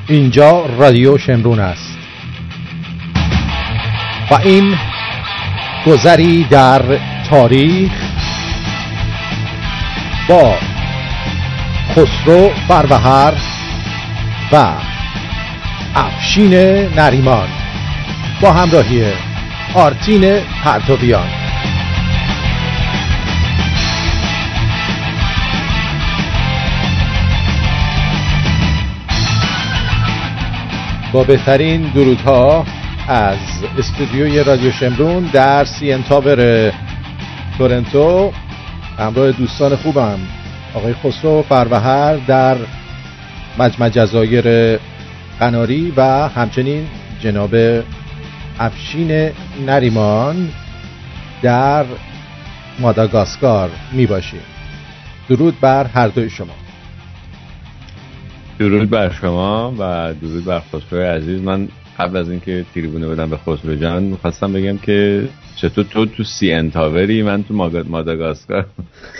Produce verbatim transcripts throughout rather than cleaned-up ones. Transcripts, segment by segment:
اینجا رادیو شمرون است و این گذری در تاریخ با خسرو فروهر و افشین نریمان با همراهی آرتین پرتویان. با بهترین درودها از استودیوی رادیو شمرون در سین تاور تورنتو، همراه دوستان خوبم آقای خسرو فروهر در مجمع جزایر قناری و همچنین جناب افشین نریمان در ماداگاسکار می باشیم. درود بر هر دوی شما. درود بر شما و درود بر خسرو عزیز. من قبل از اینکه تریبونه بدم به خسرو جان می‌خواستم بگم که چطور تو تو سی ان تاوری، من تو ماداگاسکار.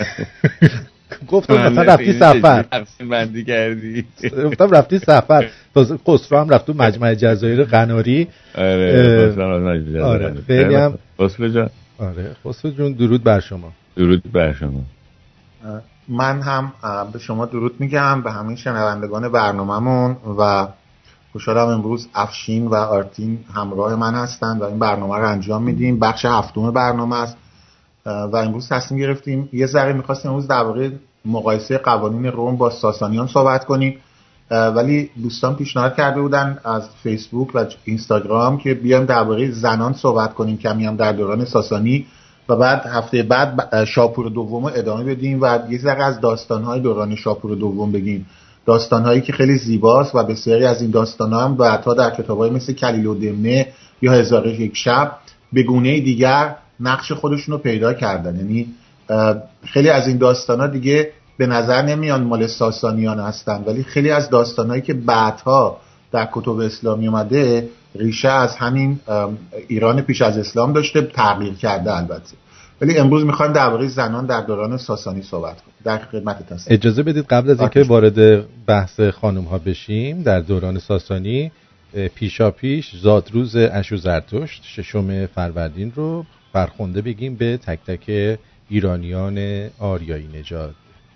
گفتم مثلا رفتی سفر، تقسیم بندی کردی. گفتم رفتی سفر. تازه خسرو هم رفت تو مجمع جزایر قناری. آره خسرو آره خیلی هم خسرو جان. آره خسرو جون درود بر شما. درود بر شما. من هم به شما درود میگم، به همین شنوندگان برنامه‌مون، و خوشحالم امروز افشین و آرتین همراه من هستن و این برنامه رو انجام میدیم. بخش هفتم برنامه است و امروز تصمیم گرفتیم یه ذره می‌خواستیم امروز درباره مقایسه قوانین روم با ساسانیان صحبت کنیم، ولی دوستان پیشنهاد کرده بودن از فیسبوک و اینستاگرام که بیایم درباره زنان صحبت کنیم، کمی هم در دوران ساسانی، و بعد هفته بعد شاپور دوم رو ادامه بدیم و یه ذره از داستان‌های دوران شاپور دوم بگیم، داستان‌هایی که خیلی زیباست و بسیاری از این داستان‌ها هم بعدها در کتاب‌های مثل کلیل و دمنه یا هزار و یک شب به گونه دیگر نقش خودشون رو پیدا کردن. یعنی خیلی از این داستان‌ها دیگه به نظر نمیان مال ساسانیان هستن، ولی خیلی از داستان‌هایی که بعدها در کتب اسلامی اومده ریشه از همین ایران پیش از اسلام داشته، تغییر کرده البته. ولی امروز می‌خوایم درباره زنان در دوران ساسانی صحبت کنیم. در خدمتتون هستم. اجازه بدید قبل از اینکه وارد بحث خانم‌ها بشیم در دوران ساسانی، پیشا پیش زادروز اشوزرتشت ششم فروردین رو فرخنده بگیم به تک تک ایرانیان آریایی نژاد.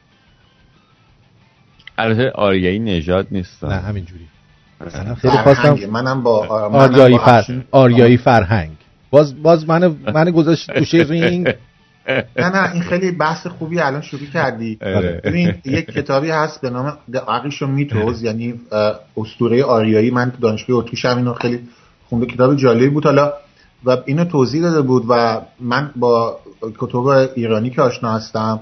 البته آریایی نژاد نیست، نه همینجوری. منم خیلی خواستم منم با آریایی فر آریایی فرهنگ. باز باز من من گذاشت توشه رینگ. نه نه این خیلی بحث خوبی الان شروع کردی. ببین یک کتابی هست به نام عقیش و میتوز، یعنی اسطوره آریایی. من تو دانشگاه اتریش هم اینو خیلی خونده، کتاب جالبی بود. حالا و اینو توضیح داده بود و من با کتاب ایرانی که آشنا هستم،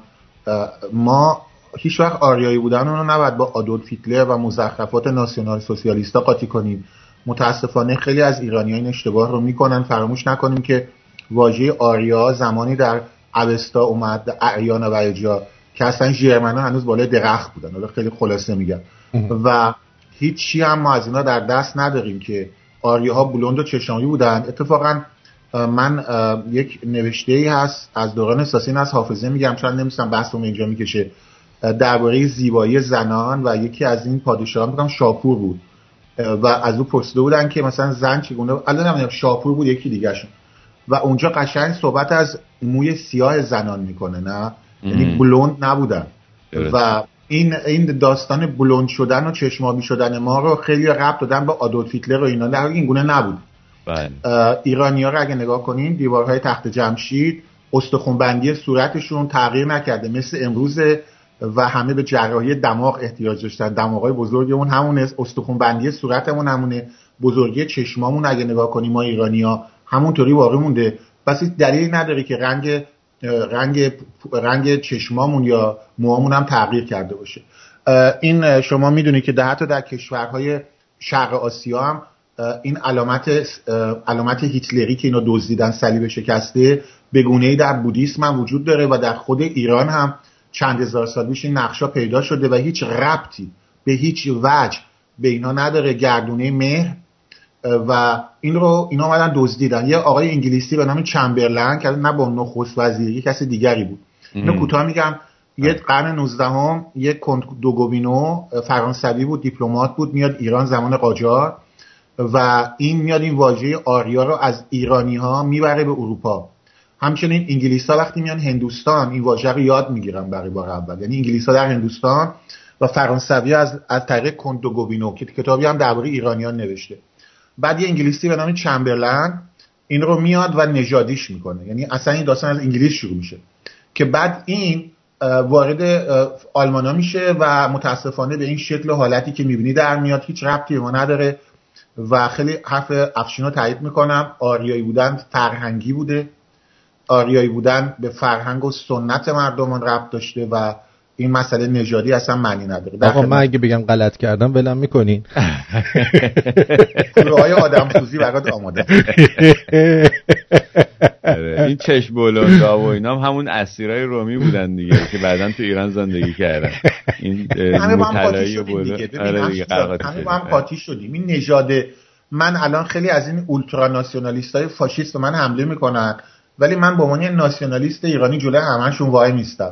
ما هیچ وقت آریایی بودن رو نباید با آدولف هیتلر و مزخرفات ناسیونال سوسیالیستا قاطی کنیم. متاسفانه خیلی از ایرانیان این اشتباه رو میکنن. فراموش نکنیم که واژه آریا زمانی در اوستا اومد، در اعیان و اجا، که اصلا ژرمنا هنوز بالای درخت بودن. حالا خیلی خلاصه میگم و هیچی هم ما از اینا در دست نداریم که آریاها بلوند و چشمانی بودن. اتفاقا من یک نوشته‌ای هست از دوران ساسانی از حافظه میگم، چون نمی‌تونم بحثم اینجا میکشه، درباره زیبایی زنان، و یکی از این پادشاهان بودن شاپور بود و از او پرسیده بودن که مثلا زن چگونه، الان نمیدونم شاپور بود یکی دیگه شون، و اونجا قشنگ صحبت از موی سیاه زنان میکنه، نه یعنی بلوند نبودن. و این این داستان بلوند شدن و چشمابی شدن ما رو خیلی ربط دادن به آدولف هیتلر و اینا، در حالی این گونه نبود. ایرانی‌ها رو اگه نگاه کنین، دیوارهای تخت جمشید استخوان‌بندی صورتشون تغییر نکرده، مثل امروز و همه به جراحی دماغ احتیاج داشتن. دماغای بزرگمون همونه، استخوان‌بندی صورتمون همونه، بزرگی چشمامون اگه نگاه کنیم ما ایرانی‌ها همونطوری باقی مونده. پس دلیلی نداره که رنگ رنگ رنگ چشمامون یا موهامون هم تغییر کرده باشه. این شما میدونید که حتی در کشورهای شرق آسیا هم این علامت علامت هیتلری که اینا دزدیدن، صلیب شکسته، به گونه‌ای در بودیسم هم وجود داره و در خود ایران هم چند هزار سال پیش این نقشا پیدا شده و هیچ ربطی به هیچ وجه به اینا نداره، گردونه مهر. و این رو اینا اومدن دزدیدن. یه آقای انگلیسی به نام چمبرلن که نه با نخست وزیر، یه کسی دیگری بود. اینو کوتاه میگم، یه قرن نوزدهم یک کنت دوگوبینو فرانسوی بود، دیپلمات بود، میاد ایران زمان قاجار و این میاد این واژه آریا رو از ایرانی ها میبره به اروپا. همچنین انگلیس ها وقتی میان هندوستان این واژه رو یاد میگیرن برای بار اول، یعنی انگلیس ها در هندوستان و فرانسوی از از طریق کنت دوگوبینو که کتابی هم درباره ایرانیان نوشته. بعد یه انگلیسی به نام چمبرلند این رو میاد و نژادیش میکنه، یعنی اصلا این داستان از انگلیس شروع میشه که بعد این وارد آلمانا میشه و متاسفانه به این شکل و حالتی که میبینی در میاد، هیچ ربطی به ما نداره و خیلی حرف افشین رو تایید میکنم. آریایی بودن فرهنگی بوده، آریایی بودن به فرهنگ و سنت مردمان ربط داشته و این مسئله نژادی اصلا معنی نداره. آقا من اگه بگم غلط کردم ولم میکنین؟ پروهای آدم سوزی برات آماده. این چشم بلندا و اینا هم همون اسیرای رومی بودن دیگه که بعدن تو ایران زندگی کردن. این مطلعی و بلند همه با هم قاطی شدیم. این نژاد من الان خیلی از این اولترا ناسیونالیستای فاشیست به من حمله میکنن، ولی من به عنوان ناسیونالیست ایرانی جلوی همه‌شون وای میستم.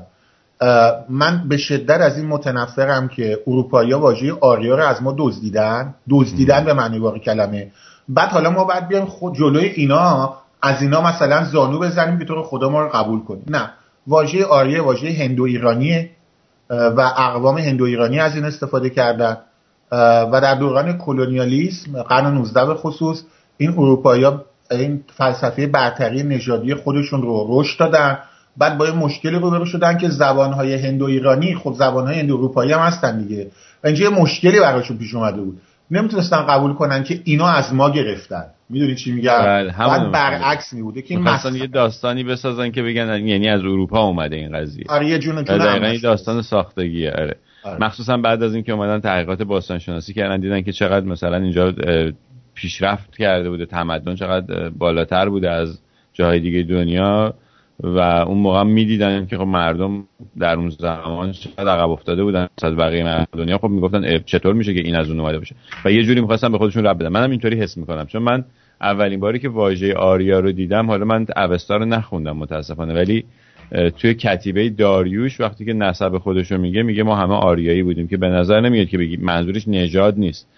من به شدت از این متنفرم که اروپایی‌ها واژه آریا رو از ما دزدیدن، دزدیدن به معنی واقعی کلمه. بعد حالا ما بعد بیایم خود جلوی اینا از اینا مثلا زانو بزنیم که تو رو خدا ما رو قبول کنی. نه، واژه آریا واژه هندو ایرانیه و اقوام هندو ایرانی از این استفاده کردن و در دوران کلونیالیسم قرن نوزدهم به خصوص این اروپایی‌ها این فلسفه برتری نژادی خودشون رو رشد دادن. بعد با این مشکلی روبرو شدن که زبان‌های هندو ایرانی خب زبان‌های هندو اروپایی هم هستن دیگه، و اینجا مشکلی براشون پیش اومده بود، نمیتونستن قبول کنن که اینا از ما گرفتن. میدونی چی میگم؟ بعد برعکس میبوده که این مثلا یه داستانی بسازن که بگن یعنی از اروپا اومده این قضیه. آره یه جون جون دقیقاً این داستان ساختگیه. آره. آره. مخصوصا بعد از اینکه اومدن تحقیقات باستانشناسی کردن دیدن که چقدر مثلا اینجا پیشرفت کرده بوده، تمدن چقدر بالاتر بوده از جاهای دیگه دنیا و اون موقع میدیدن که خب مردم در اون زمان چقدر عقب افتاده بودن از بقیه مردم دنیا. خب میگفتن چطور میشه که این از اون اومده باشه و یه جوری می‌خواستن به خودشون رب بدن. منم اینطوری حس می‌کنم، چون من اولین باری که واژه آریا رو دیدم، حالا من اوستا رو نخوندم متاسفانه، ولی توی کتیبه داریوش وقتی که نسب خودش رو میگه میگه ما همه آریایی بودیم، که به نظر نمیاد که بگی منظورش نژاد نیست.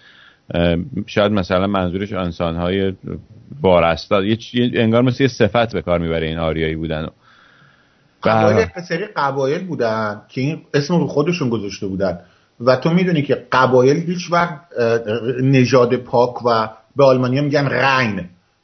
شاید مثلا منظورش انسان‌های وارستا، یه انگار مثل یه صفت به کار میبره این آریایی بودن. قبایل سری قبایل بودن که این اسم رو خودشون گذاشته بودن و تو میدونی که قبایل هیچ وقت نژاد پاک و به آلمانی‌ها میگن رین،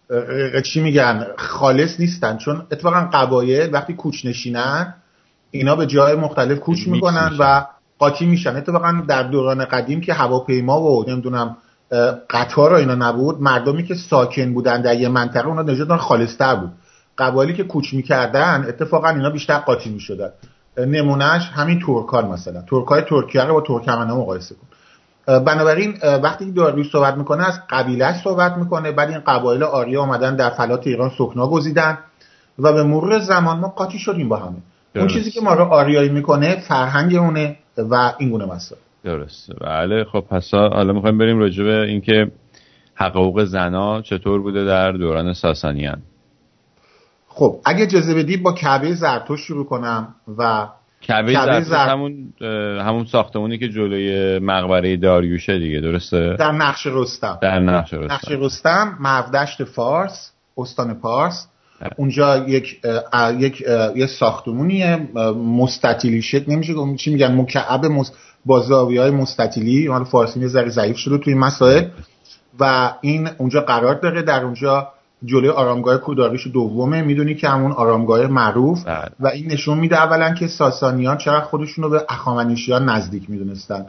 چی میگن، خالص نیستن، چون اتفاقا قبایل وقتی کوچ نشینن اینا به جای مختلف کوچ میکنن و قاطی میشن. اتفاقا در دوران قدیم که هواپیما و نمیدونم قطار و اینا نبود، مردمی که ساکن بودن در یه منطقه اونا نژادشون خالص‌تر بود. قبایلی که کوچ میکردن اتفاقا اینا بیشتر قاطی میشدن. نمونهش همین ترکان، مثلا ترکای ترکیه رو با ترکمن‌ها مقایسه کن. بنابراین وقتی داریوش صحبت میکنه از قبیله‌اش صحبت میکنه، بعد این قبایل آریا اومدن در فلات ایران سکنا گزیدن و به مرور زمان ما قاطی شدیم با همه. اون چیزی که ما رو آریایی میکنه فرهنگ اونه و این گونه مسائل. درسته. بله. خب پس حالا میخوایم بریم راجع به اینکه حقوق زنا چطور بوده در دوران ساسانیان. خب اگه اجازه بدید با کعبه زرتشت شروع کنم. و کعبه زرتشت زر... همون همون ساختمونی که جلوی مقبره داریوشه دیگه، درسته؟ در نقش رستم. در نقش رستم. نقش رستم مهودشت فارس، استان پارس. اونجا یک یک یه ساختمونیه مستطیلی شکل، نمیشه گفت چی میگن، مکعب مس... با زاویه‌های مستطیلی. مال فارسی یه ذره ضعیف شده توی مسائل و این اونجا قرار داره. در اونجا جلوی آرامگاه کوداریش دومه، میدونی که همون آرامگاه معروف بله. و این نشون میده اولا که ساسانیان چقدر خودشون رو به اخامنشیان نزدیک میدونستن،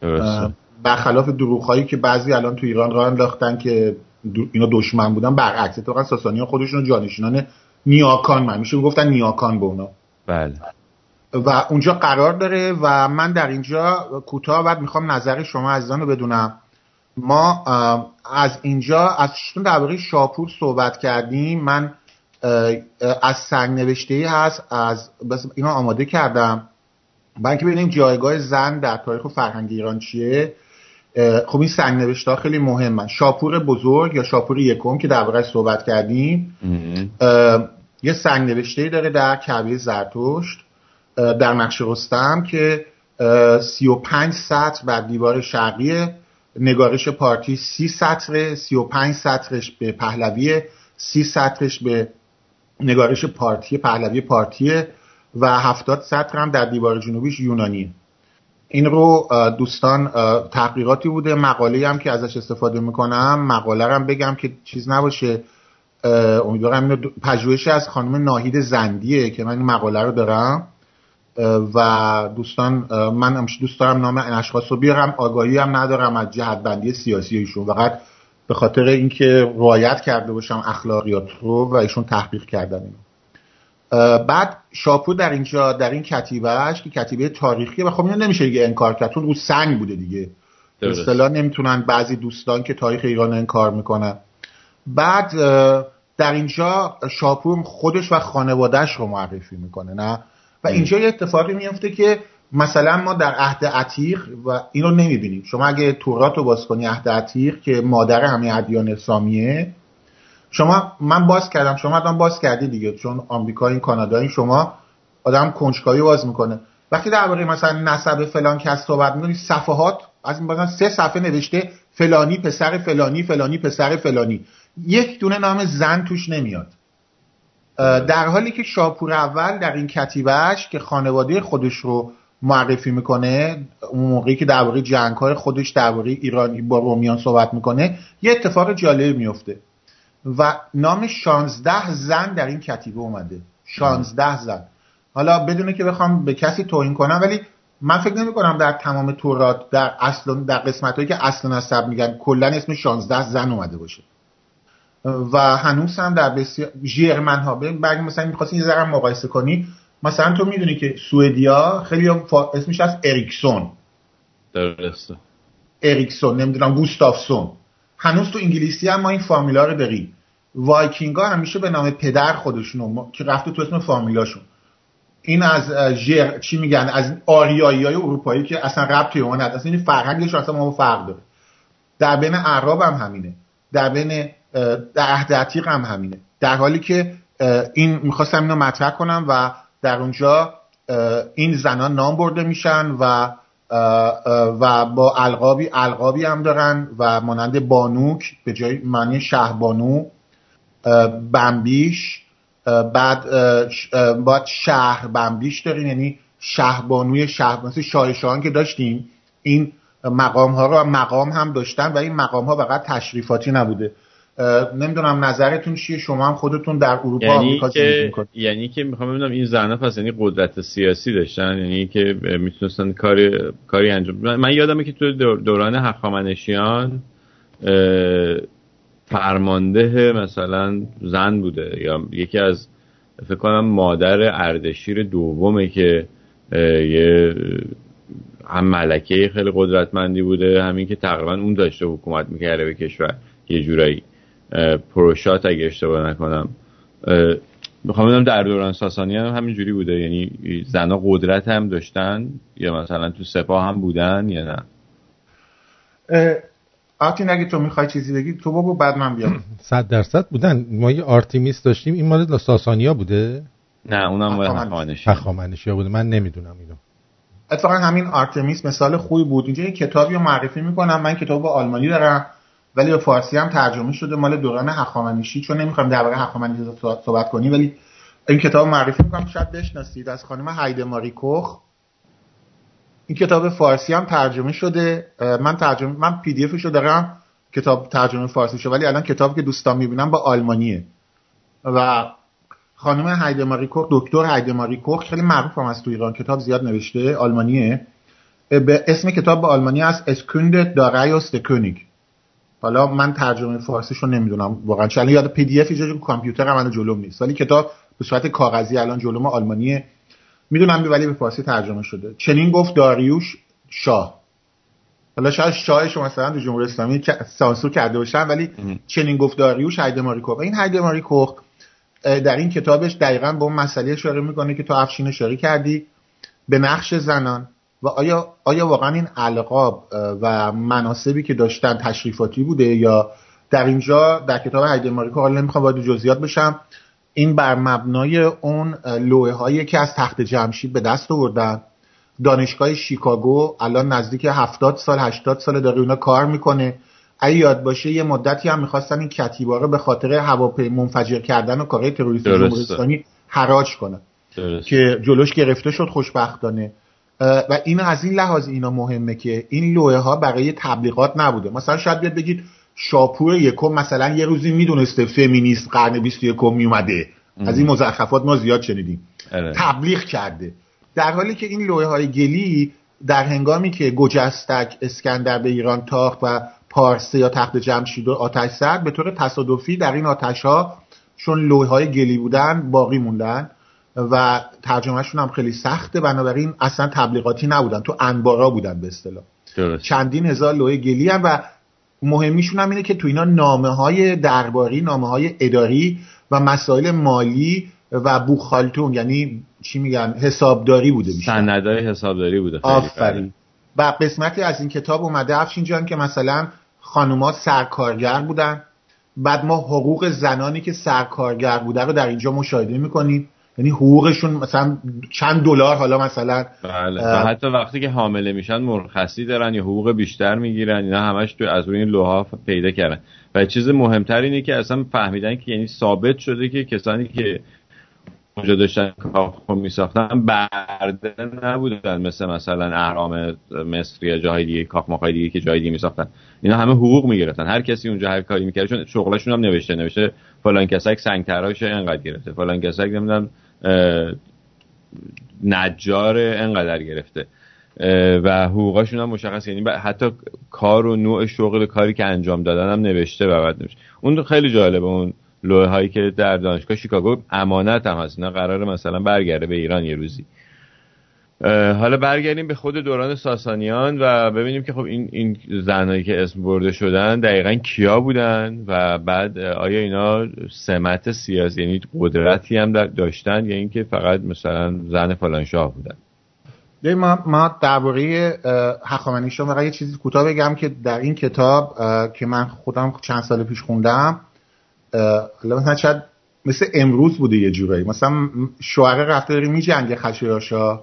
برخلاف دروغ‌هایی که بعضی الان تو ایران راه انداختن که اینا دشمن بودن. برعکس، اتفاقا ساسانیان خودشون رو جانشینان نیاکان، من میشه گفتن نیاکان به اونا. بله. و اونجا قرار داره و من در اینجا کوتاه بعد میخوام نظر شما عزیزان رو بدونم. ما از اینجا از چون درباره شاپور صحبت کردیم، من از سنگ نوشته‌ای هست از بس اینا آماده کردم برای اینکه ببینیم جایگاه زن در تاریخ و فرهنگ ایران چیه. خب این سنگ نوشته‌ها خیلی مهمن. شاپور بزرگ یا شاپور یکم که درباره‌اش صحبت کردیم یه سنگ نوشته‌ای داره در کعبه زرتشت در نقش رستم که سی و پنج سطر بر دیوار شرقی، نگارش پارتی سی سطر، سی و پنج سطرش به پهلوی، سی سطرش به نگارش پارتی پهلوی پارتیه و هفتاد سطر هم در دیوار جنوبیش یونانی. این رو دوستان تحقیقاتی بوده، مقاله هم که ازش استفاده میکنم، مقاله هم بگم که چیز نباشه، امیدوارم اینو پژوهشی از خانم ناهید زندیه که من این مقاله رو دارم و دوستان من همیشه دوست دارم نام این اشخاص رو بیارم، آگاهی هم ندارم از جهت بندی سیاسی ایشون، فقط به خاطر اینکه رعایت کرده باشم اخلاقیات رو و ایشون تحقیق کردن اینو. بعد شاپور در اینجا در این کتیبهش که کتیبه تاریخیه و خب اینو نمیشه دیگه انکار کرد، چون رو سنگ بوده دیگه، به اصطلاح نمیتونن بعضی دوستان که تاریخ ایران انکار میکنن. بعد در اینجا شاپور خودش و خانوادهش رو معرفی میکنه نه، و اینجا یه اتفاقی میفته که مثلا ما در عهد عتیق و اینو نمیبینیم. شما اگه تورات رو باز کنی، عهد عتیق که مادر همه ادیان اسلامیه، شما من باز کردم، شما آدم باز کردی دیگه، چون آمریکا این کانادا این شما آدم کنجکاوی باز میکنه. وقتی درباره مثلا نسب فلان کس صحبت میکنی، صفحات از مثلا سه صفحه نوشته فلانی پسر فلانی فلانی پسر فلانی، یک دونه نام زن توش نمیاد. در حالی که شاپور اول در این کتیبهش که خانواده خودش رو معرفی میکنه، اون موقعی که درباره جنگ‌های خودش درباره ایران با رومیان صحبت میکنه، یه اتفاق جالب میفته و نام شانزده زن در این کتیبه اومده. شانزده زن. حالا بدونه که بخوام به کسی توهین کنم، ولی من فکر نمی کنم در تمام تورات در اصل در قسمتایی که اصل نسب میگن کلا اسم شانزده زن اومده باشه و هنوز هم در بسیار ژرمن ها بعد مثلا می‌خواستی یه ذره مقایسه کنی، مثلا تو میدونی که سوئدیا خیلی فا... اسمش از اریکسون، درسته، اریکسون، نمیدونم گوستافسون. هنوز تو انگلیسی هم ما این فامیلا رو داریم. وایکینگا همیشه به نام پدر خودشونو که رفته تو اسم فامیلاشون. این از ژر چی میگن، از آریایی‌های اروپایی که اصلا ربطی به ما نداره، اصلا این فرهنگش اصلا ما فرق داره. در بین اعراب هم همینه، در بین در عهد عتیق هم همینه، در حالی که این میخواستم اینو مطرح کنم و در اونجا این زنان نام برده میشن و و با القابی القابی هم دارن و مانند بانوک به جای معنی شهربانو، بمبیش، بعد بعد شهر بمبیش دارین، یعنی شهربانوی شهر، مثل شاهنشاهان که داشتیم این مقام ها رو مقام هم داشتن و این مقام ها فقط تشریفاتی نبوده. نمیدونم نظرتون چیه، شما هم خودتون در اروپا یعنی که یعنی که میخوام ببینم این زنها پس یعنی قدرت سیاسی داشتن، یعنی که میتونستن کاری کاری انجام. من یادمه که تو دوران هخامنشیان فرمانده مثلا زن بوده، یا یکی از فکر کنم مادر اردشیر دومه که یه هم ملکه خیلی قدرتمندی بوده، همین که تقریبا اون داشته حکومت میکرده به کشور یه جورایی، پروشات اگه اشتباه نکنم. میخوام بدونم در دوران ساسانی هم همین جوری بوده، یعنی زنها قدرت هم داشتن یا مثلا تو سپاه هم بودن یا نه؟ آرتین اگه تو میخوای چیزی بگی تو بگو بعد من بیام. صد درصد بودن. ما یه آرتیمیس داشتیم، این مال ساسانیا بوده؟ نه اونم مال هخامنشیان هخامنشیان بوده، من نمیدونم اینو. اتفاقا همین آرتمیس مثال خوبی بود. اینجا یه کتابی رو معرفی میکنم، من کتاب آلمانی دارم ولی به فارسی هم ترجمه شده، مال دوران هخامنشی، چون نمیخوام درباره هخامنشی صحبت کنی ولی این کتاب معرفی میکنم، شاید بشناسید، از خانم هایده ماری کوخ. این کتاب فارسی هم ترجمه شده، من ترجمه من پی دی افش رو دارم، کتاب ترجمه فارسی شده، ولی الان کتابی که دوستان میبینم با آلمانیه و خانم هایده ماری کوخ، دکتر هایده ماری کوخ خیلی معروف هم از تو ایران، کتاب زیاد نوشته، آلمانیه. به اسم کتاب به آلمانی است اسکوند دارایوس د کونیگ. حالا من ترجمه فارسیش رو نمیدونم واقعا، چون یاد پی دی اف ایجاد کامپیوترم الان جلوم نیست، ولی کتاب به صورت کاغذی الان جلوم آلمانیه میدونم، ولی به فارسی ترجمه شده. چنین گفت داریوش شاه. حالا شاید شاهش مثلا تو جمهوری اسلامی سانسور کرده باشن، ولی چنین گفت داریوش هایده ماری کوخ. این هایده ماری کوخ در این کتابش دقیقاً به اون مسئله اشاره میکنه که تو افشین اشاره کردی، به نقش زنان و آیا آیا واقعا این القاب و مناصبی که داشتن تشریفاتی بوده، یا در اینجا در کتاب هایده ماری کوخ، حالا نمیخوام وارد جزئیات بشم، این بر مبنای اون لوحه هایی که از تخت جمشید به دست آوردن. دانشگاه شیکاگو الان نزدیک هفتاد سال هشتاد سال داره اونا کار میکنه. اگه یاد باشه یه مدتی هم میخواستن این کتیبا رو به خاطر هواپیما منفجر کردن و کارهای تروریستی جمهوری اسلامی حراج کنن درست. که جلوش گرفته شد خوشبختانه. و این از این لحاظ اینا مهمه که این لوحه ها برای تبلیغات نبوده. مثلا شاید بیاد بگید شاپور یکم مثلا یه روزی میدونسته فمینیست قرن بیست و یکم میومده، از این مزخرفات ما زیاد شنیدیم، تبلیغ کرده. در حالی که این لوحه های گلی در هنگامی که گجستک اسکندر به ایران تاخت و پارسه یا تخت جمشید رو آتش زد، به طور تصادفی در این آتش ها چون لوحه های گلی بودن باقی موندن و ترجمهشون هم خیلی سخته، بنابراین اصلا تبلیغاتی نبودن، تو انبارا بودن به اصطلاح. چندین هزار لوحه گلی هم و مهمیشون هم اینه که تو اینا نامه های درباری، نامه های اداری و مسائل مالی و بوخالتون، یعنی چی میگن، حسابداری بوده، سندهای حسابداری بوده. آفرین. و قسمتی از این کتاب اومده افشین جان که مثلا خانوما سرکارگر بودن، بعد ما حقوق زنانی که سرکارگر بوده رو در اینجا مشاهده میکنیم، یعنی حقوقشون مثلا چند دلار حالا مثلا بله. و حتی وقتی که حامله میشن مرخصی دارن یا حقوق بیشتر میگیرن، اینا همش تو از روی این لوحا پیدا کردن. و چیز مهمتر اینه که اصلا فهمیدن که یعنی ثابت شده که کسانی که اونجا داشتن کاخ میساختن برده نبودن، مثل مثلا اهرام مصر یا جاهای دیگه کاخ ماخای دیگه که جای دیگه میساختن. اینا همه حقوق میگرفتن، هر کسی اونجا هر کاری میکرد، چون شغلشون هم نوشته نوشته فلان کسک سنگ تراش اینقدر گرفته، فلان کسک نمیدونم نجار اینقدر گرفته و حقوقاشون هم مشخص، یعنی حتی کار و نوع شغل کاری که انجام دادن هم نوشته و بعد نوشته. اون خیلی جالبه، اون لوحه هایی که در دانشگاه شیکاگو امانت هم هست، اینا قراره مثلا برگرده به ایران یه روزی. حالا برگردیم به خود دوران ساسانیان و ببینیم که خب این این زنایی که اسم برده شدن دقیقاً کیا بودن و بعد آیا اینا سمت سیاسی یعنی قدرتی هم داشتن یا اینکه فقط مثلا زن فلان شاه بودن. ما ما درباره هخامنشیان فقط یه چیزی کوتاه بگم که در این کتاب که من خودم چند سال پیش خوندم، مثلا شاید مثل امروز بوده یه جورایی، مثلا شوهر رفته داره می جنگه خشایارشا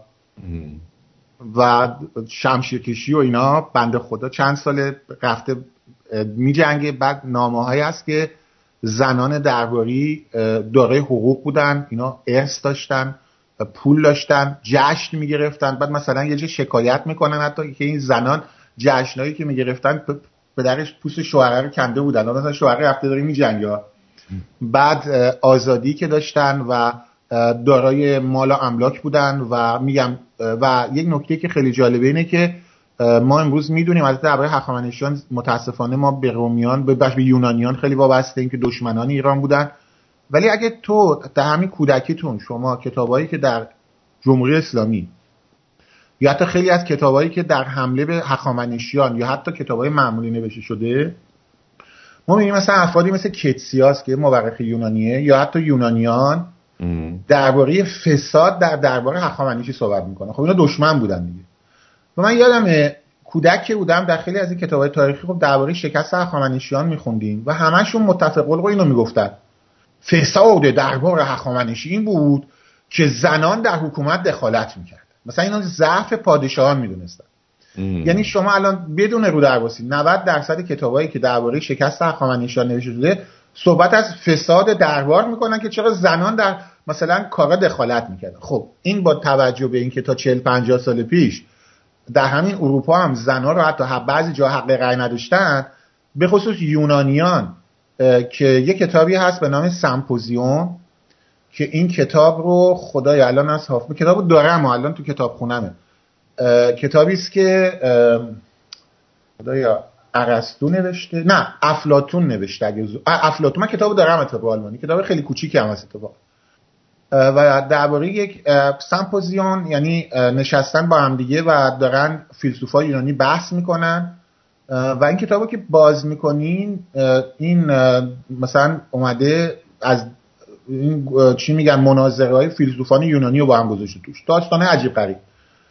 و شمشیر کشی و اینا، بنده خدا چند سال رفته می جنگه، بعد نامه هایی هست که زنان درباری دارای حقوق بودن، اینا ارث داشتن، پول داشتن، جشن می گرفتن، بعد مثلا یه جا شکایت میکنن حتی که این زنان جشنایی که می گرفتن به درش پوست شوهر رو کنده بودن، مثلا شوهر رفته داره می جنگه، بعد آزادی که داشتن و دارای مال و املاک بودن و میگم و یک نکته که خیلی جالبه اینه که ما امروز میدونیم از درباره هخامنشیان متاسفانه ما به رومیان به به یونانیان خیلی وابسته ایم که دشمنان ایران بودن، ولی اگه تو در همین کودکیتون شما کتابایی که در جمهوری اسلامی یا حتی خیلی از کتابایی که در حمله به هخامنشیان یا حتی کتابای معمولی نوشته شده، ما می‌بینیم مثلا افرادی مثل کتسیاس که مورخ یونانیه یا حتی یونانیان درباره فساد در دربار هخامنشی صحبت میکنه. خب اینا دشمن بودن دیگه. و من یادمه کودک که بودم در خیلی از این کتابای تاریخی خب درباره شکست هخامنشیان میخوندیم و همشون متفق القول اینو میگفتن، فساد دربار هخامنشی این بود که زنان در حکومت دخالت میکرد. مثلا اینا ضعف پادشاهان میدونستن. یعنی شما الان بدون رو درواسی نود درصد کتابایی که درباره شکست هخامنشیان نوشته شده صحبت از فساد دربار میکنن که چرا زنان در مثلا کارا دخالت میکردن. خب این با توجه به اینکه تا چهل پنجاه سال پیش در همین اروپا هم زنان رو حتی بعضی جا حق رأی نداشتن، به خصوص یونانیان که یک کتابی هست به نام سمپوزیوم که این کتاب رو خدای الان از حافظ کتابو دارم و الان تو کتابخونمه، کتابی است که خدایا ارسطو نوشته، نه افلاطون نوشته، اگه افلاطون، من کتابو دارم اتفاقا آلمانی، کتاب خیلی کوچیکی هم هست اتفاقا، و درباره یک سمپوزیون یعنی نشستن با هم دیگه و دارن فیلسوفای یونانی بحث میکنن و این کتابو که باز میکنین این مثلا اومده از این چی میگن مناظره های فیلسوفان یونانی رو با هم گذاشته توش، داستان عجیب غریب.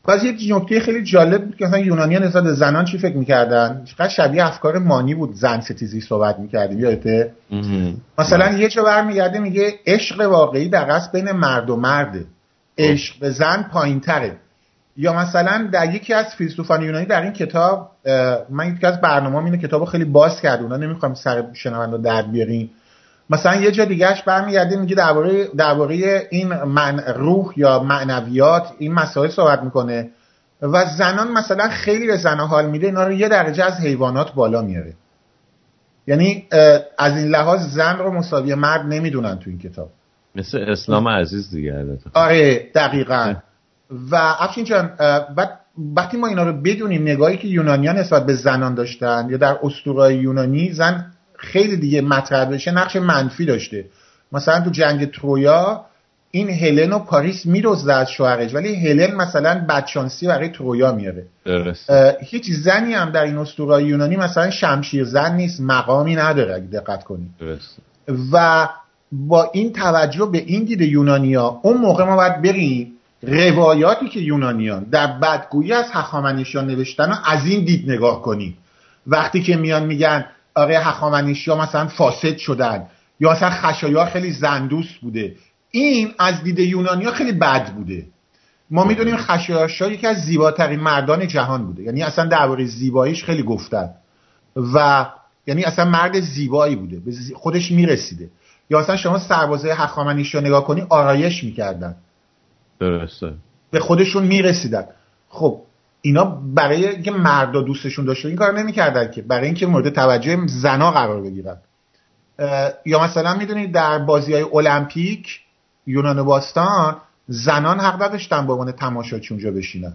باز یک نکته خیلی جالب بود که مثلا یونانیان نسبت به زنان چی فکر می‌کردن، چقدر شبیه افکار مانی بود زن ستیزی صحبت می‌کردیم یادته؟ مثلا یه جا برمیگرده میگه عشق واقعی در اصل بین مرد و مرده، عشق به زن پایین‌تره. یا مثلا در یکی از فیلسوفان یونانی در این کتاب، من یکی از برنامه‌ام اینه کتابو خیلی باز کرد، اونا نمی‌خوام سر شنونده درد بیاریم، مثلا یه جا دیگهش برمیگرده میگه درباره درباره این من روح یا معنویات این مسائل صحبت میکنه و زنان مثلا خیلی به زنها حال میده، اینا رو یه درجه از حیوانات بالا میاره. یعنی از این لحاظ زن رو مساوی مرد نمیدونن تو این کتاب، مثل اسلام عزیز دیگه البته. آره دقیقاً. و افشین جان وقتی ما اینا رو بدونیم، نگاهی که یونانیان نسبت به زنان داشتن یا در اسطوره‌های یونانی زن خیلی دیگه مطرح بشه نقش منفی داشته. مثلا تو جنگ ترویا این هلن و پاریس میرزده از شوهرش، ولی هلن مثلا بدشانسی برای ترویا میاره. درست. هیچ زنی هم در این اسطوره‌های یونانی مثلا شمشیر زن نیست، مقامی نداره اگه دقت کنید. درست. و با این توجه به این دید یونانیا، اون موقع ما باید بریم روایاتی که یونانیان در بدگویی از هخامنشیان نوشتن و از این دید نگاه کنیم. وقتی که میان میگن آره هخامنشی‌ها مثلا فاسد شدن یا مثلا خشایار خیلی زندوست بوده، این از دید یونانی‌ها خیلی بد بوده. ما میدونیم خشایارشا یکی از زیباترین مردان جهان بوده، یعنی اصلا درباره زیباییش خیلی گفتن و یعنی اصلا مرد زیبایی بوده، به خودش میرسیده. یا مثلا شما سربازای هخامنشی رو نگاه کنی آرایش میکردن، درسته، به خودشون میرسیدن. خب اینا برای اینکه مردا دوستشون داشته این کار نمیکردن که، برای اینکه مورد توجه زنا قرار بگیرن. یا مثلا میدونید در بازی‌های المپیک یونان باستان زنان حق نداشتن به عنوان تماشاچی اونجا بشینن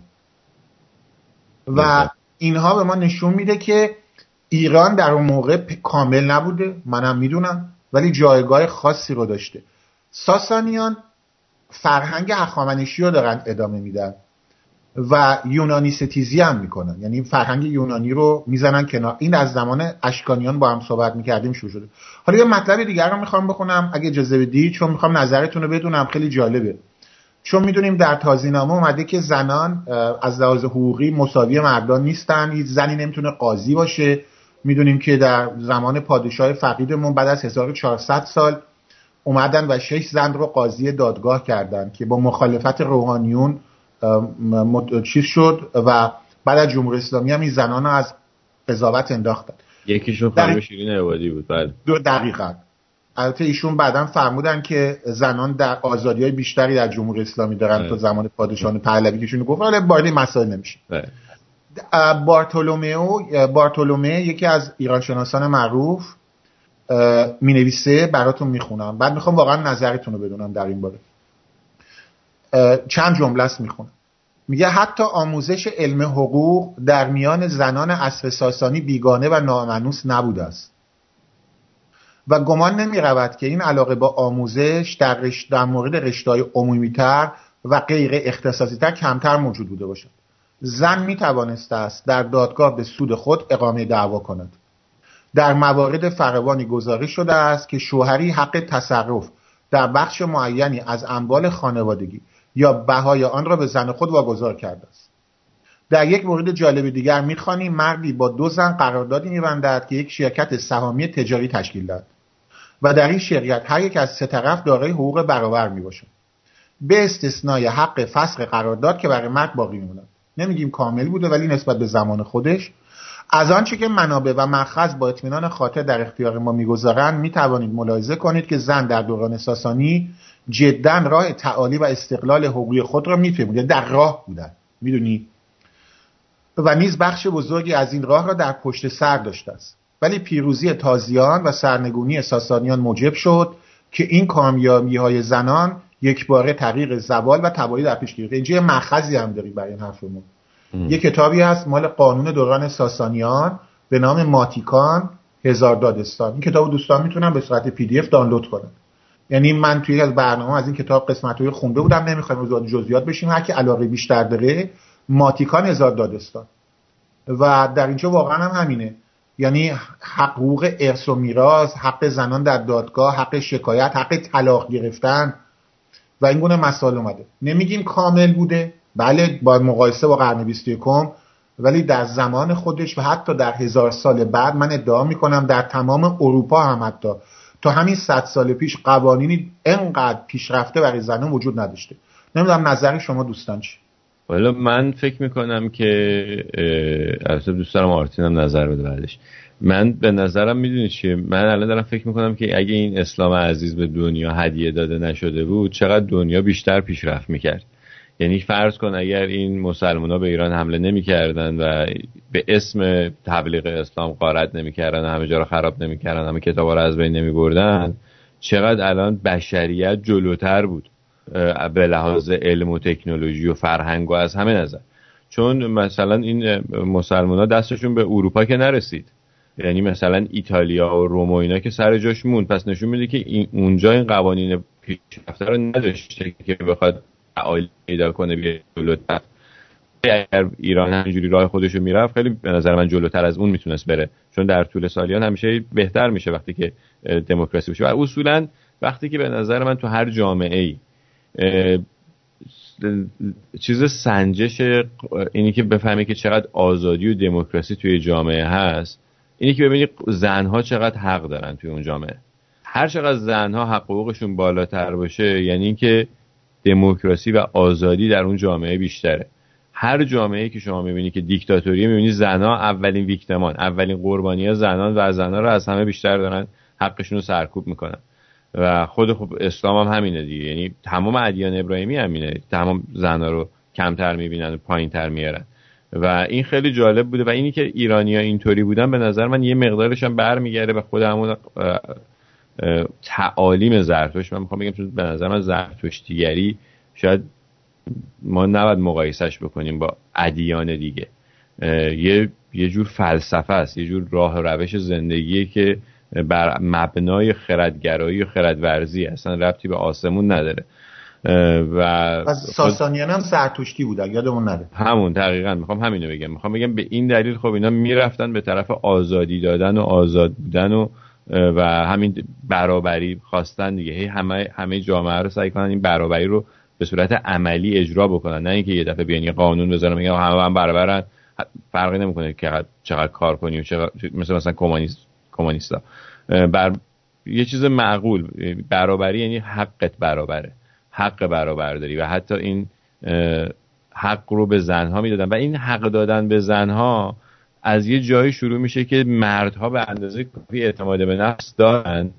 و اینها به ما نشون میده که ایران در اون موقع کامل نبوده، منم میدونم، ولی جایگاه خاصی رو داشته. ساسانیان فرهنگ هخامنشی رو دارن ادامه میدن و یونانی ستیزی هم میکنن، یعنی فرهنگ یونانی رو میزنن کنار. این از زمان اشکانیان با هم صحبت میکردیم شروع شده. حالا یه مطلب دیگر رو میخوام بخونم اگه اجازه بدید، چون میخوام نظرتون رو بدونم، خیلی جالبه. چون میدونیم در تازی‌نامه اومده که زنان از لحاظ حقوقی مساوی مردان نیستن، هیچ زنی نمیتونه قاضی باشه. میدونیم که در زمان پادشاه فقیدمون بعد از هزار و چهارصد سال اومدن و شش زن رو قاضی دادگاه کردن که با مخالفت روحانیون چیز شد و بعد از جمهوری اسلامی هم این زنان رو از قضاوت انداختن. یکیشون خانم شیرین عبادی بود. بله دو دقیقاً. البته ایشون بعداً فرمودن که زنان در آزادی‌های بیشتری در جمهوری اسلامی دارن تا زمان پادشاهان پهلوی که ایشون گفت، ولی وارد مسائل نمیشه. بارتولومئو بارتولومه یکی از ایرانشناسان معروف مینویسه، براتون میخونم، بعد میخوام واقعا نظرتون رو بدونم در این باره. چند جمله است میخونم. میگه حتی آموزش علم حقوق در میان زنان عصر ساسانی بیگانه و نامانوس نبوده است و گمان نمی رود که این علاقه با آموزش در, رشت در مورد رشته‌های عمومی‌تر و غیر اختصاصی‌تر کمتر موجود بوده باشد. زن می توانسته است در دادگاه به سود خود اقامه دعوا کند. در موارد فراوانی گزارش شده است که شوهری حق تصرف در بخش معینی از اموال خانوادگی یا بهای آن را به زن خود واگذار کرده است. در یک مورد جالب دیگر می‌خوانیم مردی با دو زن قراردادی می‌بندد که یک شرکت سهامی تجاری تشکیل دهد و در این شرکت هر یک از سه طرف دارای حقوق برابر می‌باشد، به استثنای حق فسخ قرارداد که برای مرد باقی می‌ماند. نمیگیم کامل بوده، ولی نسبت به زمان خودش. از آنچه که منابع و مأخذ با اطمینان خاطر در اختیار ما می‌گذارند می‌توانید ملاحظه کنید که زن در دوران ساسانی جداً راه تعالی و استقلال حقوقی خود را می‌پیمود، در راه بودند، می‌دونی، و نیز بخش بزرگی از این راه را در پشت سر داشته است. ولی پیروزی تازیان و سرنگونی ساسانیان موجب شد که این کامیابی‌های زنان یکباره تغییر زوال و تباهی در پیش گرفت. اینجا یه مأخذی هم داریم برای این حرفمون. یه کتابی هست مال قانون دوران ساسانیان به نام ماتیکان هزار دادستان. این کتابو دوستان میتونن به صورت پی دی اف دانلود کنن. یعنی من توی از برنامه از این کتاب قسمت‌های خونده بودم، نمیخوایم وارد جزئیات بشیم، هر کی علاقه بیشتر داره ماتیکان هزار دادستان. و در اینجا واقعا هم همینه، یعنی حقوق ارث و میراث، حق زنان در دادگاه، حق شکایت، حق طلاق گرفتن و این گونه مسائل اومده. نمیگیم کامل بوده، بله با مقایسه با قرن بیست و یکم، ولی در زمان خودش و حتی در هزار سال بعد من ادعا میکنم در تمام اروپا هم حتی تا همین صد سال پیش قوانینی انقدر پیشرفته برای زنان وجود نداشته. نمیدونم نظر شما دوستان چی؟ والا من فکر میکنم که البته دوست دارم آرتین هم نظر بده بعدش. من به نظرم میدونی چیه، من الان دارم فکر میکنم که اگه این اسلام عزیز به دنیا هدیه داده نشده بود چقدر دنیا بیشتر پیشرفت میکرد. یعنی فرض کن اگر این مسلمان‌ها به ایران حمله نمی‌کردن و به اسم تبلیغ اسلام غارت نمی‌کردن و همه جا رو خراب نمی‌کردن، همه کتابا رو از بین نمی‌بردن، چقدر الان بشریت جلوتر بود به لحاظ علم و تکنولوژی و فرهنگ و از همه نظر. چون مثلا این مسلمان‌ها دستشون به اروپا که نرسید، یعنی مثلا ایتالیا و روم و اینا که سر جاش موند، پس نشون میده که این اونجا این قوانین پیشرفته رو نداشته که بخواد تعالی پیدا کنه بیاد جلوتر. اگر ایران همینجوری راه خودش رو میرفت خیلی به نظر من جلوتر از اون میتونست بره، چون در طول سالیان همیشه بهتر میشه وقتی که دموکراسی باشه. و اصولا وقتی که به نظر من تو هر جامعه ای چیز سنجش اینی که بفهمی که چقدر آزادی و دموکراسی توی جامعه هست، اینی که ببینی زنها چقدر حق دارن توی اون جامعه. هر چقدر زنها حق حقوقشون بالاتر باشه یعنی اینکه دموکراسی و آزادی در اون جامعه بیشتره. هر جامعه‌ای که شما می‌بینی که دیکتاتوریه، می‌بینی زنها اولین ویکتیمان، اولین قربانی‌ها زنان و زن‌ها رو از همه بیشتر دارن حقشون رو سرکوب میکنن. و خود خب اسلام هم همینه دیگه، یعنی تمام ادیان ابراهیمی همینه، تمام زن‌ها رو کمتر می‌بینن و پایین‌تر میارن. و این خیلی جالب بوده. و اینی که ایرانی‌ها اینطوری بودن به نظر من یه مقدارش هم برمیگرده به خود همون تعالیم زرتشت. من میخوام بگم چون به نظر من زرتشتیگری شاید ما نباید مقایسش بکنیم با ادیان دیگه، یه یه جور فلسفه است، یه جور راه و روش زندگیه که بر مبنای خردگرایی و خردورزی اصلا ربطی به آسمون نداره. و ساسانیان هم زرتشتی بودن، یادمون نره. همون دقیقاً میخوام همینو بگم. میخوام بگم به این دلیل خب اینا میرفتن به طرف آزادی دادن و آزاد بودن و و همین برابری خواستن دیگه. هی همه همه جامعه رو سعی کنن این برابری رو به صورت عملی اجرا بکنن، نه اینکه یه دفعه بیان یه قانون بذارن میگن همه هم برابرن، فرقی نمیکنه که چقدر کار کنی و چقدر، مثل مثلا کمونیست کمونیستا. بر یه چیز معقول، برابری یعنی حقت برابره، حق برابر داری. و حتی این حق رو به زنها میدادن و این حق دادن به زنها از یه جایی شروع میشه که مردها به اندازه کافی اعتماد به نفس دارن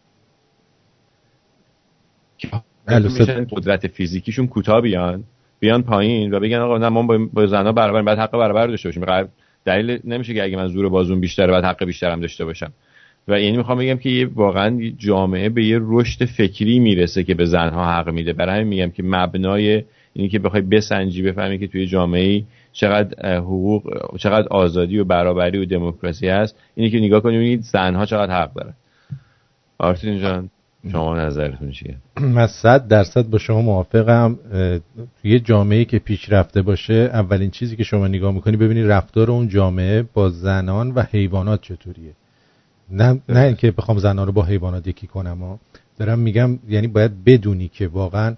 که میشن قدرت فیزیکیشون کوتاه بیان بیان پایین و بگن آقا نه ما با زنها برابر، بعد حق برابر داشته باشیم. دلیل نمیشه که اگه من زور بازوم بیشتره بعد حق بیشترم داشته باشم. و یعنی میخوام بگم که واقعا جامعه به یه رشد فکری میرسه که به زنها حق میده. برای همین میگم که مبنای اینی که بخوای بسنجی بفهمی که توی جامعه چقدر حقوق، چقدر آزادی و برابری و دموکراسی هست، اینی که نگاه کنید ببینید زنها چقدر حق دارن. آرتین جان شما نظرتون چیه؟ من صد درصد با شما موافقم. توی جامعه‌ای که پیشرفته باشه اولین چیزی که شما نگاه میکنی ببینی رفتار اون جامعه با زنان و حیوانات چطوریه. نه نه اینکه بخوام زنان رو با حیوانات یکی کنم ها. دارم میگم یعنی باید بدونی که واقعا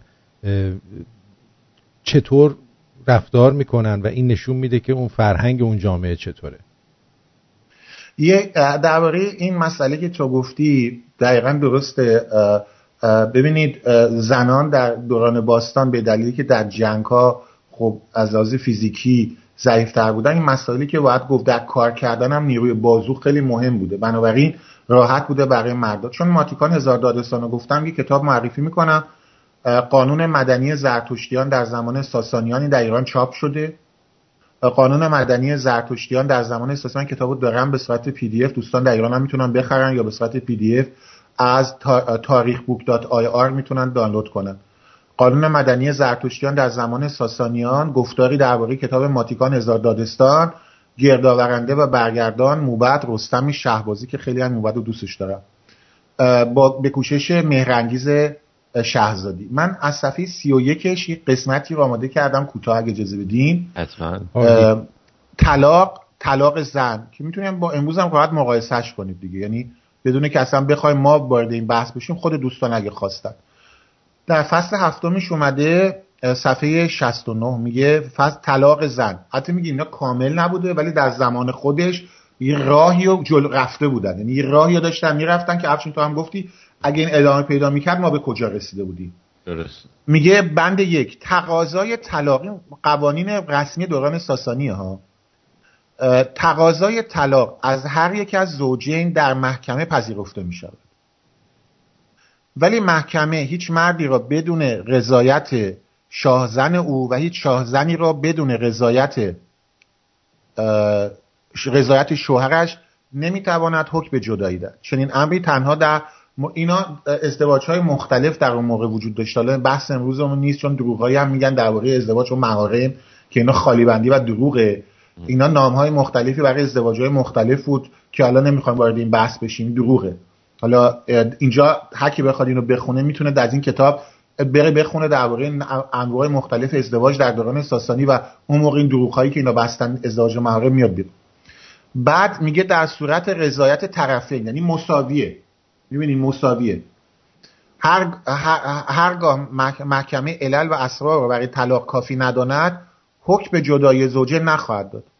چطور رفتار میکنن و این نشون میده که اون فرهنگ اون جامعه چطوره. یه درباره این مسئله که تو گفتی دقیقاً درسته. ببینید زنان در دوران باستان به دلیلی که در جنگ‌ها خب از لحاظ فیزیکی ضعیف‌تر بودن، این مسائلی که باید گفت در کار کردن هم نیروی بازو خیلی مهم بوده، بنابراین راحت بوده برای مردا. چون ماتیکان هزار دادستان رو گفتم یه کتاب معرفی میکنم، قانون مدنی زرتشتیان در زمان ساسانیان در ایران چاپ شده. قانون مدنی زرتشتیان در زمان ساسانیان کتابو دارن به صورت پی دی اف، دوستان در ایران هم میتونن بخرن یا به صورت پی دی اف از تاریخ بوک دات آی آر میتونن دانلود کنن. قانون مدنی زرتشتیان در زمان ساسانیان گفتاری درباره کتاب ماتیکان هزار دادستان، گردآورنده و برگردان موبد رستم شهبازی که خیلی هم موبد رو دوستش دارم، با به کوشش مهرانگیز شهزادی. من از صفحه سی و یکش یک قسمتی رو آماده کردم کوتاه اگه اجازه بدین. حتما. طلاق طلاق زن که میتونیم با امروز هم راحت مقایسهش کنید دیگه، یعنی بدون که اصلا بخوایم ما وارد این بحث بشیم، خود دوستان اگه خواستن. در فصل هفتمش اومده صفحه شصت و نه میگه فصل طلاق زن، حتی میگه اینا کامل نبوده ولی در زمان خودش یه راهی رو جلو رفته بودن، یعنی یه راهی رو داشتن میرفتن که افشین تو هم گفتی اگه این ادامه پیدا میکرد ما به کجا رسیده بودیم. درست. میگه بند یک تقاضای طلاق، قوانین رسمی دوران ساسانی ها، تقاضای طلاق از هر یک از زوجین در محکمه پذیرفته می شود، ولی محکمه هیچ مردی را بدون رضایت شاهزن او و هیچ شاهزنی را بدون رضایت رضایت شوهرش نمیتواند حکم به جدایی دهد. چنین امری تنها در اینا ازدواج‌های مختلف در اون موقع وجود داشت. حالا بحث امروزمون نیست چون دروغایی هم میگن درباره ازدواج و محارم که اینا خالی بندی و دروغه. اینا نام‌های مختلفی برای ازدواج‌های مختلف بود که حالا نمیخوام وارد این بحث بشیم، دروغه. حالا اینجا هر کی بخواد اینو بخونه میتونه از این کتاب بره بخونه درباره انواع مختلف ازدواج در دوران ساسانی و اون موقع این دروغ‌هایی که اینا بستن ازدواج محارم میاد بیرون. بعد میگه در صورت رضایت طرفین، یعنی مساویه. می‌بینید مساویه. هر هر هرگاه محکمه علل و اسرار رو برای طلاق کافی نداند حکم به جدایی زوجه نخواهد داد.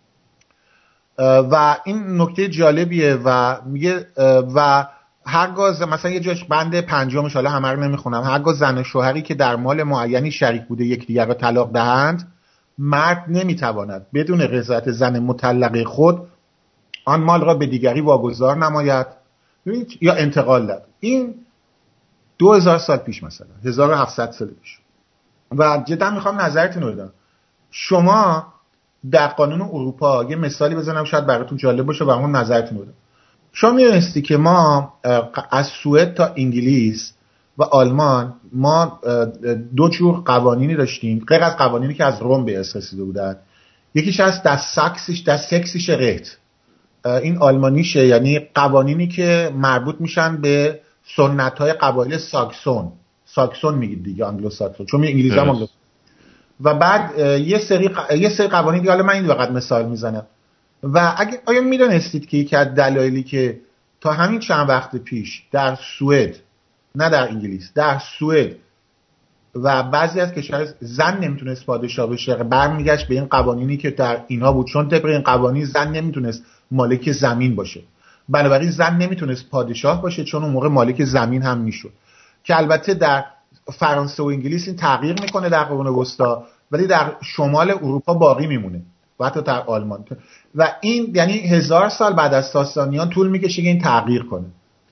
و این نکته جالبیه و میگه و هرگاه مثلا یه جاش بند پنجمش، حالا همه رو نمیخونم، هرگاه زن و شوهری که در مال معینی شریک بوده یکدیگر را طلاق دهند، مرد نمیتواند بدون رضایت زن مطلقه خود آن مال را به دیگری واگذار نماید یا انتقال داد. این دو هزار سال پیش، مثلا هزار و هفتصد سال پیش. و جدا میخوام نظرتون رو بدم. شما در قانون اروپا یه مثالی بزنم شاید براتون جالب باشه و اون نظرتون رو بدم. شما می‌دونستی که ما از سوئد تا انگلیس و آلمان ما دو جور قوانینی داشتیم غیر از قوانینی که از روم به ارث رسیده بودن. یکیش از das Sächsische das Sächsische Recht، این آلمانیشه، یعنی قوانینی که مربوط میشن به سنت‌های قبایل ساکسون. ساکسون میگید دیگه، آنگلو ساکسون، چون می انگلیسی هم آنگلو. و بعد یه سری ق... یه سری قوانین دیگه، حالا من این فقط مثال میزنم. و اگه آیا میدونستید که یکی از دلایلی که تا همین چند وقت پیش در سوئد، نه در انگلیس، در سوئد و بعضی از کشورها زن نمیتونست پادشاه بشه، برمیگشت به این قوانینی که در اینها بود، چون طبق این قوانین زن نمیتونست مالک زمین باشه، بنابراین زن نمیتونست پادشاه باشه، چون اون موقع مالک زمین هم میشد. که البته در فرانسه و انگلیس این تغییر میکنه در قرون وسطا، ولی در شمال اروپا باقی میمونه و حتی در آلمان. و این یعنی هزار سال بعد از ساسانیان طول میکشه که این تغییر کنه.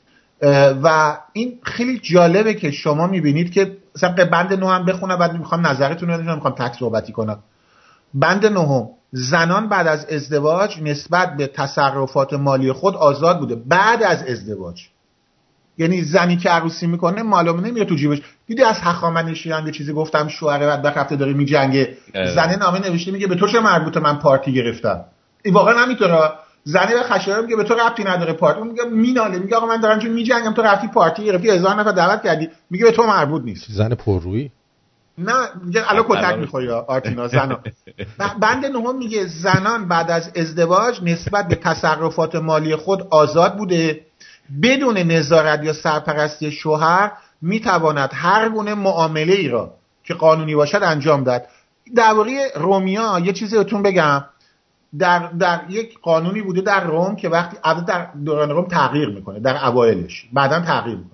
و این خیلی جالبه که شما میبینید که مثلا بند نه هم بخونم، بعد میخوام نظرتون رو بدونم، میخوام تک صحبتی کنم. بند نهم، زنان بعد از ازدواج نسبت به تصرفات مالی خود آزاد بوده. بعد از ازدواج یعنی زنی که عروسی میکنه معلومه نمیره تو جیبش. دیدی از هخامنشیان یه چیزی گفتم، شوهر بدبخت هفته داره میجنگه، زنه نامه نوشته میگه به تو چه مربوطه من پارتی گرفتم. این واقعا همینطوره. زنه به خشایار میگه به تو ربطی نداره پارتی. اون میگه میناله، میگه آقا من دارم چون میجنگم، تو رفتی پارتی گرفتی، هزار نفر دعوت کردی، میگه به تو مربوط نیست. زن پررویی نه میگه الان کتک میخوری آرتینا زنا. بند نهم میگه زنان بعد از ازدواج نسبت به تصرفات مالی خود آزاد بوده، بدون نظارت یا سرپرستی شوهر میتواند هر گونه معامله ای را که قانونی باشد انجام داد. درباره رومیا یه چیزی بهتون بگم. در در یک قانونی بوده در روم که وقتی در دوران روم تغییر میکنه، در اوایلش بعداً تغییر میکنه،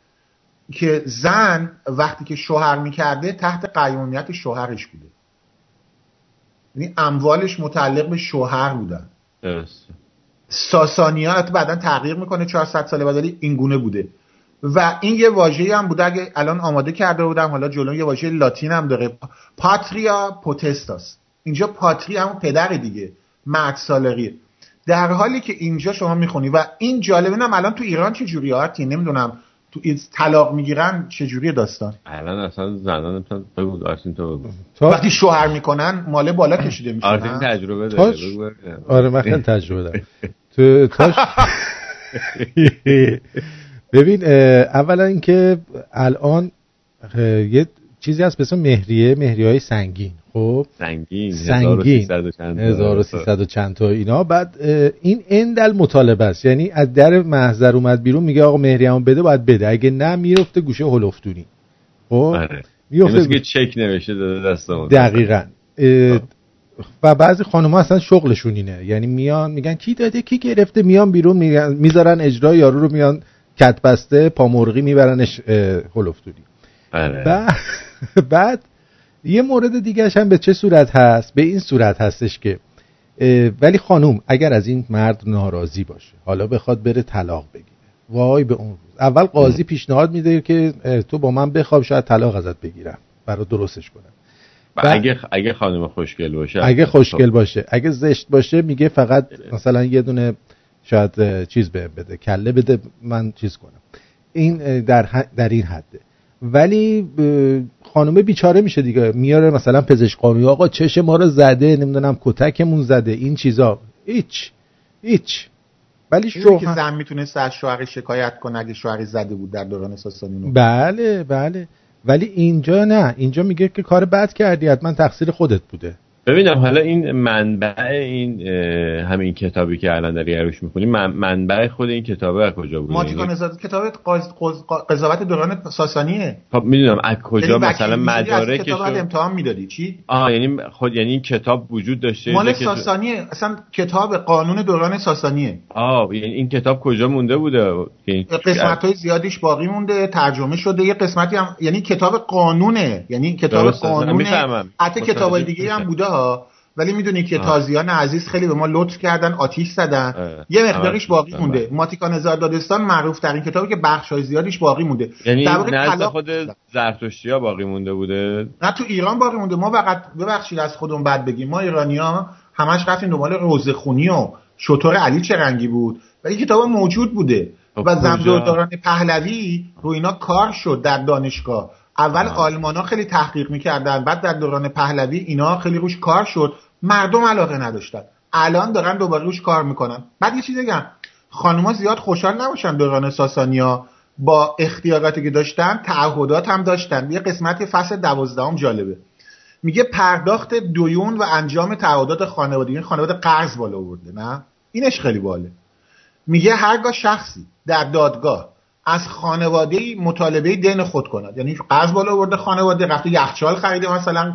که زن وقتی که شوهر میکرده تحت قیمومیت شوهرش بوده، یعنی اموالش متعلق به شوهر بودن. درست. ساسانیان بعداً تغییر میکنه چهارصد سال بعد، این گونه بوده. و این یه واژه‌ای هم بوده، اگه الان آماده کرده بودم حالا جلو، یه واژه لاتین هم داره، پاتریا پوتستاس. اینجا پاتری همون پدر دیگه، مرد سالاری. در حالی که اینجا شما میخونی و این جالبه، نم الان تو ایران چه جوری آرتی نمیدونم، تو طلاق میگیرن چه جوری داستان؟ الان اصلا زنان مثلا بگو آرتین تو بگو. وقتی شوهر میکنن ماله بالا کشیده میشن. آرتین تجربه داره بگو. آره من خیلی تجربه دارم. تو تاش ببین، اولا اینکه الان یه چیزی هست به اسم مهریه، مهریه‌های سنگین. خب سنگین سنگین هزار و سیصد و چند تا اینا. بعد این اندل مطالبه است، یعنی از در محضر اومد بیرون میگه آقا مهریه‌مو بده، باید بده، اگه نه میرفته گوشه هلفتونی. خب میفته که چک نوشته داده دستمون. دقیقاً. و بعضی خانم‌ها اصلا شغلشون اینه، یعنی میان میگن کی داده کی گرفته، میان بیرون میذارن اجرا یارو رو، میان کت بسته پا مرغی میبرنش هلوفتولی. بعد بعد یه مورد دیگه‌ش هم به چه صورت هست؟ به این صورت هستش که ولی خانم اگر از این مرد ناراضی باشه، حالا بخواد بره طلاق بگیره، وای به اون روز اول قاضی پیشنهاد میده که تو با من بخواب شاید طلاق ازت بگیرم برای درستش کنم. اگه اگه خانم خوشگل باشه، اگه خوشگل باشه، اگه زشت باشه میگه فقط مثلا یه دونه شاید چیز بهم بده، کله بده من چیز کنم. این در در این حده. ولی خانومه بیچاره میشه دیگه، میاره مثلا پزشک قانونی، آقا چش ما رو زده، نمیدونم کتکمون زده، این چیزا هیچ هیچ. ولی شوهر که زن میتونه از شوهرش شکایت کنه اگه شوهرش زده بود در دوران ساسانی. بله بله. ولی اینجا نه، اینجا میگه که کار بد کردی، حتما تقصیر خودت بوده. ببینم حالا این منبع این همین کتابی که الان داری روش میخونی، منبع خود این کتابه از کجا بوده؟ ماتیکا نژاد کتاب قضاوت دوران ساسانیه. خب میدونم از کجا، مثلا مدارکش کتاب بعد امتحان میدادی چی؟ آه یعنی خود یعنی این کتاب وجود داشته مال ساسانیه، اصلا کتاب قانون دوران ساسانیه. آه یعنی این کتاب کجا مونده بوده؟ قسمت‌های زیادیش باقی مونده، ترجمه شده، یه قسمتی هم یعنی کتاب قانونه، یعنی کتاب قانونه. حتی کتابای دیگه هم بوده ها، ولی میدونی که تازیان عزیز خیلی به ما لطف کردن، آتیش زدن، اه. یه مقداریش باقی اه. مونده. ماتیکا نژاد دادستان معروف ترین کتابی که بخشای زیادیش باقی مونده. یعنی نزد خود زرتشتی‌ها باقی مونده بوده؟ نه تو ایران باقی مونده. ما فقط ببخشید از خودمون بد بگیم، ما ایرانی‌ها همش رفتیم دنبال روزخونی و شطور علی چه رنگی بود، ولی کتاب موجود بوده. و زمدوران پهلوی رو اینا کار شد در دانشگاه. اول آلمانا خیلی تحقیق میکردن، بعد در دوران پهلوی اینا خیلی روش کار شد، مردم علاقه نداشتن، الان دارن دوباره روش کار میکنن. بعد یه چیز بگم، خانوما زیاد خوشحال نباشن دوران ساسانیا با اختیاراتی که داشتن، تعهدات هم داشتن. یه قسمت فصل دوازدهم جالبه، میگه پرداخت دیون و انجام تعهدات خانوادگی. این خانواده قرض بالا آورده، نه اینش خیلی باله. میگه هرگاه شخصی در دادگاه از خانواده‌ای مطالبه دین خود کند، یعنی قرض بالا آورده خانواده، رفته یخچال خریده مثلا،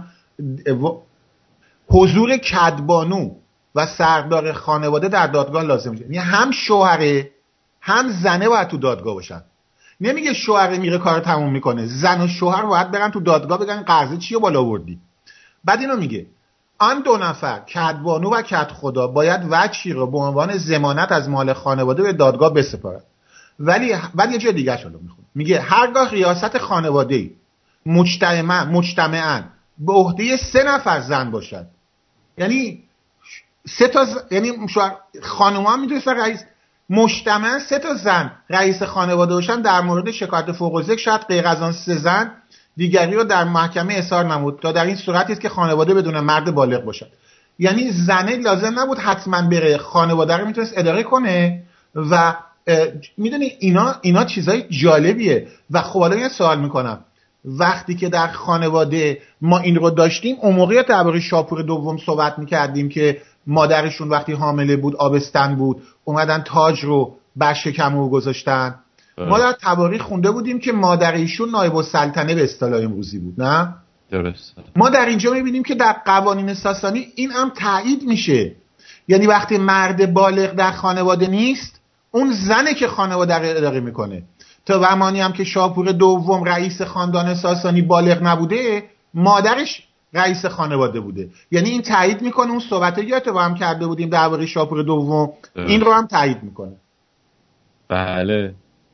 حضور کدبانو و سردار خانواده در دادگاه لازم میشه. یعنی هم شوهره هم زنه باید تو دادگاه باشن. نمیگه شوهر میره کار تموم میکنه، زن و شوهر باید برن تو دادگاه بگن قرض چیه بالا آوردی. بعد اینو میگه آن دو نفر کدبانو و کدخدا باید وجهی رو به عنوان ضمانت از مال خانواده به دادگاه بسپارن. ولی بعد یه جای دیگه شلو میخونه، میگه هرگاه ریاست خانواده‌ای مجتمع مجتمعاً به عهده سه نفر زن باشد، یعنی سه تا ز... یعنی خانوما میتونن رئیس مجتمع سه تا زن رئیس خانواده باشن، در مورد شکایت فوق الذکر شاید غیر از آن سه زن دیگری رو در محکمه اظهار نمود تا در این صورتی است که خانواده بدون مرد بالغ باشد. یعنی زنه لازم نبود حتما بره، خانواده رو میتونست اداره کنه. و میدونی اینا اینا چیزای جالبیه. و خب حالا یه سوال میکنم، وقتی که در خانواده ما این رو داشتیم، اون موقع درباره شاپور دوم صحبت میکردیم که مادرشون وقتی حامله بود آبستن بود، اومدن تاج رو بر شکم او گذاشتن. ما در تواریخ خونده بودیم که مادر ایشون نایب السلطنه به اصطلاح امروزی بود، نه؟ درست. ما در اینجا میبینیم که در قوانین ساسانی این هم تایید میشه، یعنی وقتی مرد بالغ در خانواده نیست، اون زنه که خانواده رو اداره میکنه. تا زمانی هم که شاپور دوم رئیس خاندان ساسانی بالغ نبوده، مادرش رئیس خانواده بوده. یعنی این تایید میکنه اون صحبتایی که با هم کرده بودیم درباره شاپور دوم، این رو هم تایید میکنه. بله.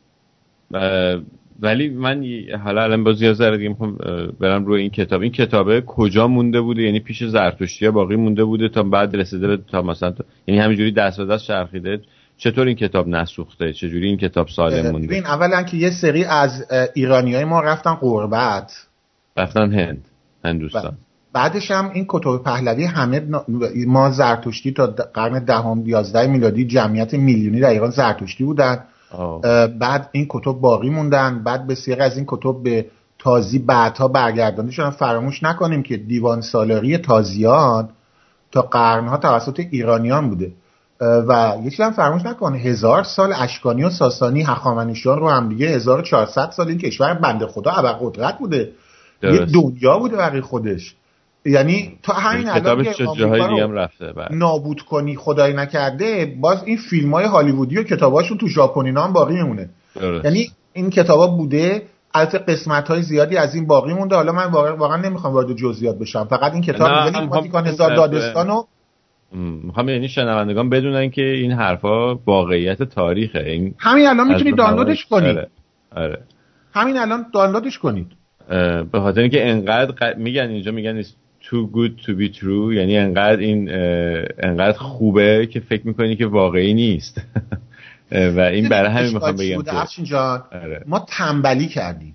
ولی من حالا الان باز یه ذره دیگه میخوام برم روی این کتاب. این کتابه کجا مونده بوده؟ یعنی پیش زرتشتی‌ها باقی مونده بوده تا بعد رسیده به تا مثلا تا... یعنی همینجوری دست به دست چرخیده؟ چطور این کتاب نسوخته؟ چجوری این کتاب سالم مونده؟ ببین اولا که یه سری از ایرانیای ما رفتن غربت، رفتن هند، هندوستان. بعدش هم این کتب پهلوی همه ما زرتشتی تا قرن دهم یازده میلادی جمعیت میلیونی در ایران زرتشتی بودن. بعد این کتب باقی موندن. بعد بسیاری از این کتب به تازی بعدها برگردانده شدن. فراموش نکنیم که دیوان سالاری تازیان تا قرنها توسط ایرانیان بوده. و یه چیزی هم فراموش نکنه، هزار سال اشکانی و ساسانی هخامنشیان رو هم دیگه، هزار و چهارصد سال این کشور بنده خدا ابرقدرت بوده. یه دنیا بوده برای خودش. یعنی تا همین الان که جاهای دیگه هم رفته بعد نابود کنی خدای نکرده، باز این فیلم‌های هالیوودی و کتاباشون تو ژاپنی نام باقی میمونه. یعنی این کتابا بوده، البته قسمت‌های زیادی از این باقی مونده. حالا من واقعا واقعا نمیخوام وارد جزئیات بشم، فقط این کتاب میگه ماتیکان هزار دادستانو میخوام یعنی شنوندگان بدونن که این حرفا واقعیت تاریخه. این همین الان میتونید دانلودش کنید. آره. آره. همین الان دانلودش کنید. به خاطر اینکه انقدر ق... میگن اینجا میگن too good to be true، یعنی انقدر این انقدر خوبه که فکر میکنی که واقعی نیست. و این برای همین میخوام بگم که افشین جان ما تنبلی کردیم.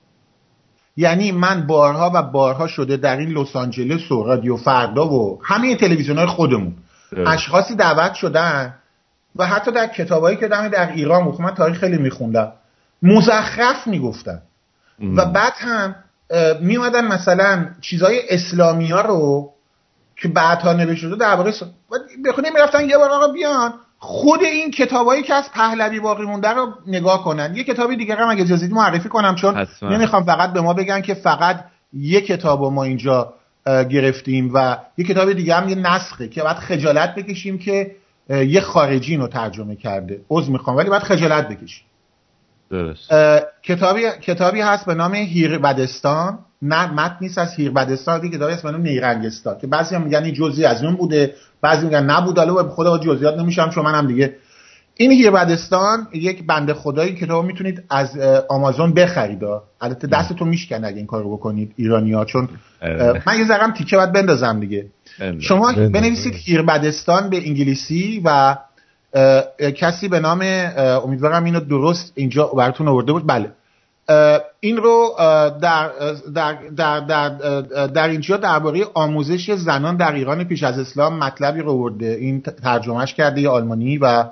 یعنی من بارها و بارها شده در این لس آنجلس و رادیو فردا و همه تلویزیون‌های خودمون اشخاصی دعوت شدن و حتی در کتابایی که دم در ایران بود، من تاریخ خیلی میخوندم، مزخرف میگفتن و بعد هم می اومدن مثلا چیزای اسلامی ها رو که بعدها نوشته شده درباره بخونه میرفتن یه بار آقا بیان خود این کتابایی که از پهلوی باقی مونده رو نگاه کنن. یه کتابی دیگه هم اگه اجازه بدید معرفی کنم، چون نمیخوام فقط به ما بگن که فقط یه کتابو ما اینجا گرفتیم و یه کتاب دیگه هم یه نسخه که بعد خجالت بکشیم که یه خارجی اینو ترجمه کرده. عذر میخوام ولی بعد خجالت بکشیم. درست. کتابی کتابی هست به نام هیربدستان، نه متن نیست از هیربدستان، دیگه کتابی هست به نام نیرنگستان که بعضی هم میگن این جزئی از اون بوده، بعضی میگن نبود. حالا خدا جزئیات نمیشم چون منم دیگه. این هیربدستان یک بنده خدایی کتابو میتونید از آمازون بخرید. البته دستتون میشکنه اگه این کارو بکنید ایرانی‌ها، چون من یه ذرم تیکه بعد بندازم دیگه. شما بنویسید هیربدستان به انگلیسی و کسی به نام، امیدوارم اینو درست اینجا براتون آورده بود، بله، این رو در در در در, در اینجا درباره آموزش زنان در ایران پیش از اسلام مطلبی رو آورده. این ترجمهش کرده یه آلمانی و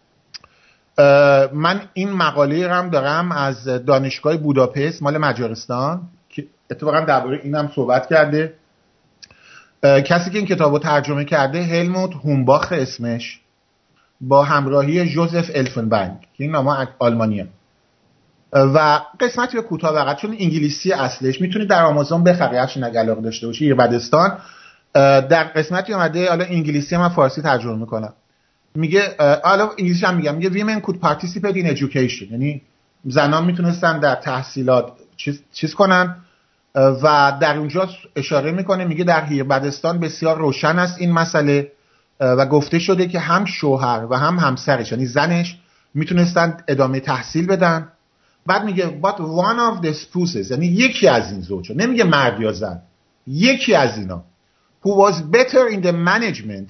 من این مقاله رو هم دارم از دانشگاه بوداپست مال مجارستان که اتفاقا درباره اینم صحبت کرده. کسی که این کتابو ترجمه کرده هلموت هومباخ اسمش، با همراهی جوزف الفنبنگ که این نامه آلمانیه و قسمتی به کوتاه فقط چون انگلیسی اصلش میتونید در آمازون بخرید هرچی علاقه داشته باشی. هیربدستان در قسمتی اومده، حالا انگلیسی هم من فارسی ترجمه میکنم، میگه حالا انگلیسی هم میگم، میگه women could participate in education، یعنی زنان میتونستن در تحصیلات چیز چیز کنن و در اونجا اشاره میکنه، میگه در هیربدستان بسیار روشن است این مسئله و گفته شده که هم شوهر و هم همسرش یعنی زنش میتونستن ادامه تحصیل بدن. بعد میگه but one of the spouses، یعنی یکی از این زوجا، نمیگه مرد یا زن، یکی از اینا who was better in the management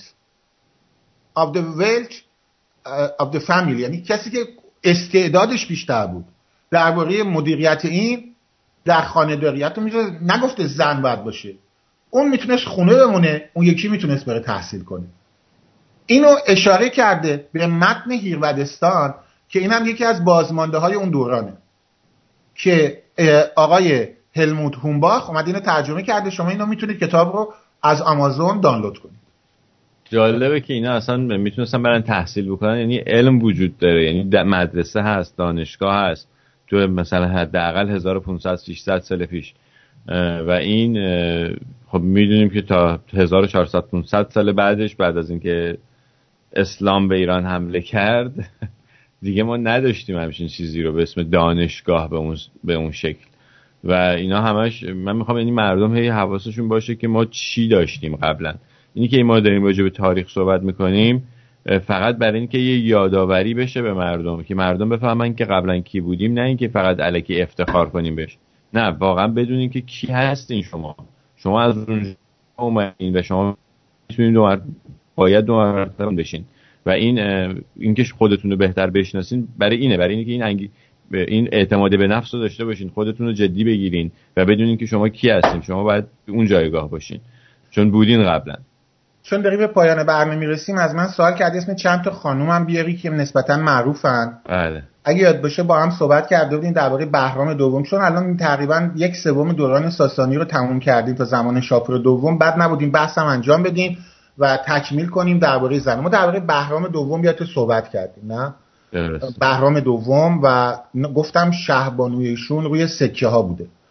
of the wealth uh, of the family، یعنی کسی که استعدادش بیشتر بود درباره مدیریت این در خانه‌داریت رو میگه، نگفته زن باید باشه، اون میتونست خونه بمونه، اون یکی میتونست بره تحصیل کنه. اینو اشاره کرده به متن هیربدستان که اینم یکی از بازمانده های اون دورانه که آقای هلموت هومباخ اومد اینو ترجمه کرده. شما اینو میتونید کتاب رو از آمازون دانلود کنید. جالبه که اینا اصلا میتونستن برن تحصیل بکنن، یعنی علم وجود داره، یعنی مدرسه هست، دانشگاه هست تو مثلا حداقل هزار و پانصد ششصد سال پیش و این خب میدونیم که تا هزار و چهارصد پانصد سال بعدش، بعد از اینکه اسلام به ایران حمله کرد دیگه ما نداشتیم همچین چیزی رو به اسم دانشگاه به اون به اون شکل و اینا همش. من میخوام یعنی مردم هی حواسشون باشه که ما چی داشتیم قبلا. اینی که ما داریم راجع به تاریخ صحبت میکنیم فقط برای اینکه یه یادآوری بشه به مردم، که مردم بفهمن که قبلا کی بودیم، نه اینکه فقط الکی افتخار کنیم بهش، نه واقعا بدونین که کی هستین شما. شما از اون اومدین و شما میتونید دو مرتبه باید دو مرتبه بشین و این اینکه خودتون رو بهتر بشناسین برای اینه، برای اینه که این انگی این اعتماد به نفس رو داشته باشین، خودتون رو جدی بگیرین و بدونین که شما کی هستین. شما باید اون جایگاه باشین چون بودین قبلا. چون داریم به پایان برنامه میرسیم، از من سوال کردی اسم چند تا خانومم بیاری که نسبتا معروفن. بله. اگه یاد باشه با هم صحبت کرده بودیم درباره بهرام دوم، چون الان تقریبا یک سوم دوران ساسانی رو تموم کردیم تا زمان شاپور دوم، بعد نبودیم بحثم انجام بدیم و تکمیل کنیم درباره زن. ما درباره بهرام دوم بیاد تو صحبت کردیم، نه؟ بهرام دوم و گفتم شهبانویشون روی سکه ها بوده.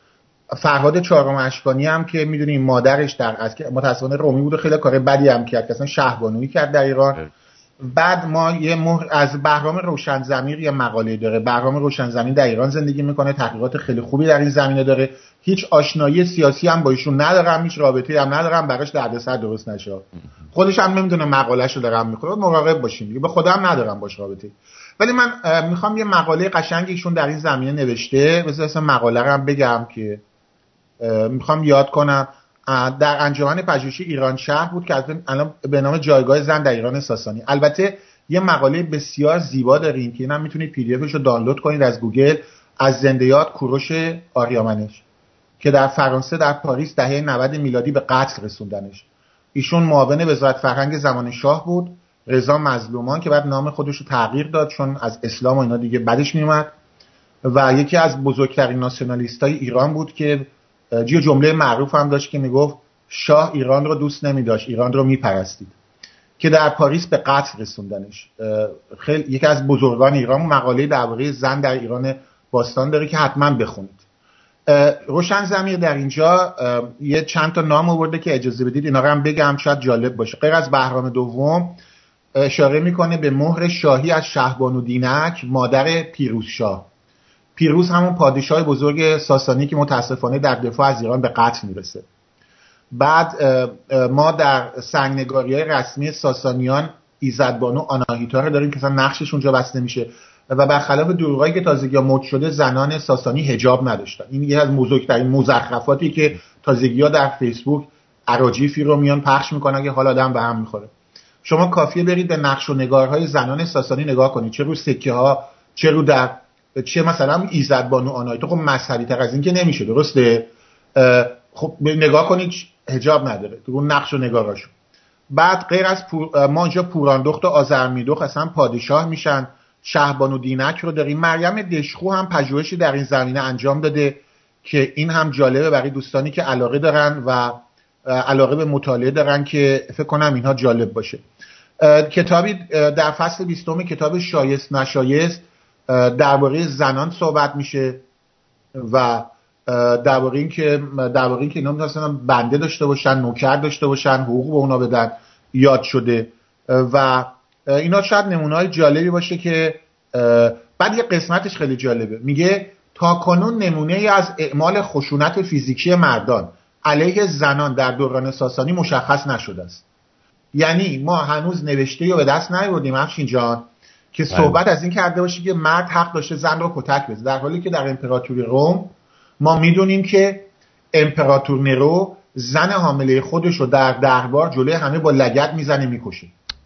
فرهاد چهارم اشکانی هم که میدونیم مادرش در از که متأسفانه رومی بود و خیلی کار بدی هم کرد که اصلا شهبانویی کرد در ایران. بعد ما یه مهر از بهرام روشنضمیر یه مقاله داره. بهرام روشنضمیر در ایران زندگی میکنه، تحقیقات خیلی خوبی در این زمینه داره، هیچ آشنایی سیاسی هم با ایشون ندارم، هیچ رابطه‌ای هم ندارم، براش دردسر درست نشه. خودش هم نمیدونه مقاله‌شو دارم میخونه، مراقب باشیم دیگه، به خودم ندارم باش رابطه‌ای. ولی من میخوام یه مقاله قشنگی ایشون در این زمینه نوشته، مثلا اسم مقاله رو هم بگم که میخوام یاد کنم. در انجمن پژوهشی ایران شهر بود که الان به نام جایگاه زن در ایران ساسانی. البته یه مقاله بسیار زیبا داریم که اینم میتونید پی دی افش رو دانلود کنید از گوگل، از زنده یاد کوروش آریامنش که در فرانسه در پاریس دهه نود میلادی به قتل رسوندنش. ایشون معاون وزارت فرهنگ زمان شاه بود، رضا مظلومان، که بعد نام خودش رو تغییر داد چون از اسلام و اینا دیگه بدش میومد، و یکی از بزرگترین ناسیونالیستای ایران بود که یه جمله معروف هم داشت که میگفت شاه ایران رو دوست نمی‌داشت، ایران رو میپرستید، که در پاریس به قتل رسوندنش. خیلی یکی از بزرگان ایران مقاله درباره زن در ایران باستان داره که حتما بخونید. روشنضمیر در اینجا یه چند تا نام آورده که اجازه بدید اینا رو هم بگم، شاید جالب باشه. غیر از بهرام دوم اشاره میکنه به مهر شاهی از شهبانو دینک، مادر پیروز شاه. پیروز همون پادشاه بزرگ ساسانی که متاسفانه در دفاع از ایران به قتل میرسه. بعد ما در سنگنگاری‌های رسمی ساسانیان ایزدبانو آناهیتا رو داریم که اصلا نقشش اونجا بسته میشه و برخلاف دروغایی که تازگی مد شده زنان ساسانی حجاب نداشتن. این یکی از بزرگترین مزخرفاتی که تازگی‌ها در فیسبوک اراجیفی رو میان پخش میکنن که حالا آدم به هم میخوره. شما کافیه برید به نقش و نگارهای زنان ساسانی نگاه کنید، چه رو سکه ها، چه رو در چه مثلا ایزدبانو آناهیتا. خب مذهبی تر از این که نمیشه، درسته؟ خب نگاه کنید حجاب نداره رو نقش و نگاراشو. بعد غیر از پور... ما اینجا پوراندخت و آذرمیدخت اصلا پادشاه میشن. شهبانو دینک رو داریم. مریم دشخو هم پژوهشی در این زمینه انجام داده که این هم جالبه برای دوستانی که علاقه دارن و علاقه به مطالعه دارن که فکر کنم اینها جالب باشه. کتابی در فصل بیستم کتاب شایست نشایست درباره زنان صحبت میشه و درباره این که درباره این که اینا می‌خواستن بنده داشته باشن، نوکر داشته باشن، حقوق به اونا بدن یاد شده و اینا شاید نمونه‌های جالبی باشه که بعد یه قسمتش خیلی جالبه. میگه تا کنون نمونه‌ای از اعمال خشونت فیزیکی مردان علیه زنان در دوران ساسانی مشخص نشده است. یعنی ما هنوز نوشته‌ای رو به دست نیاوردیم افشین جان که صحبت از این کرده باشه که مرد حق داشته زن رو کتک بزنه، در حالی که در امپراتوری روم ما میدونیم که امپراتور نرو زن حامله خودش رو در دربار جلوی همه با لگد میزنه میکشه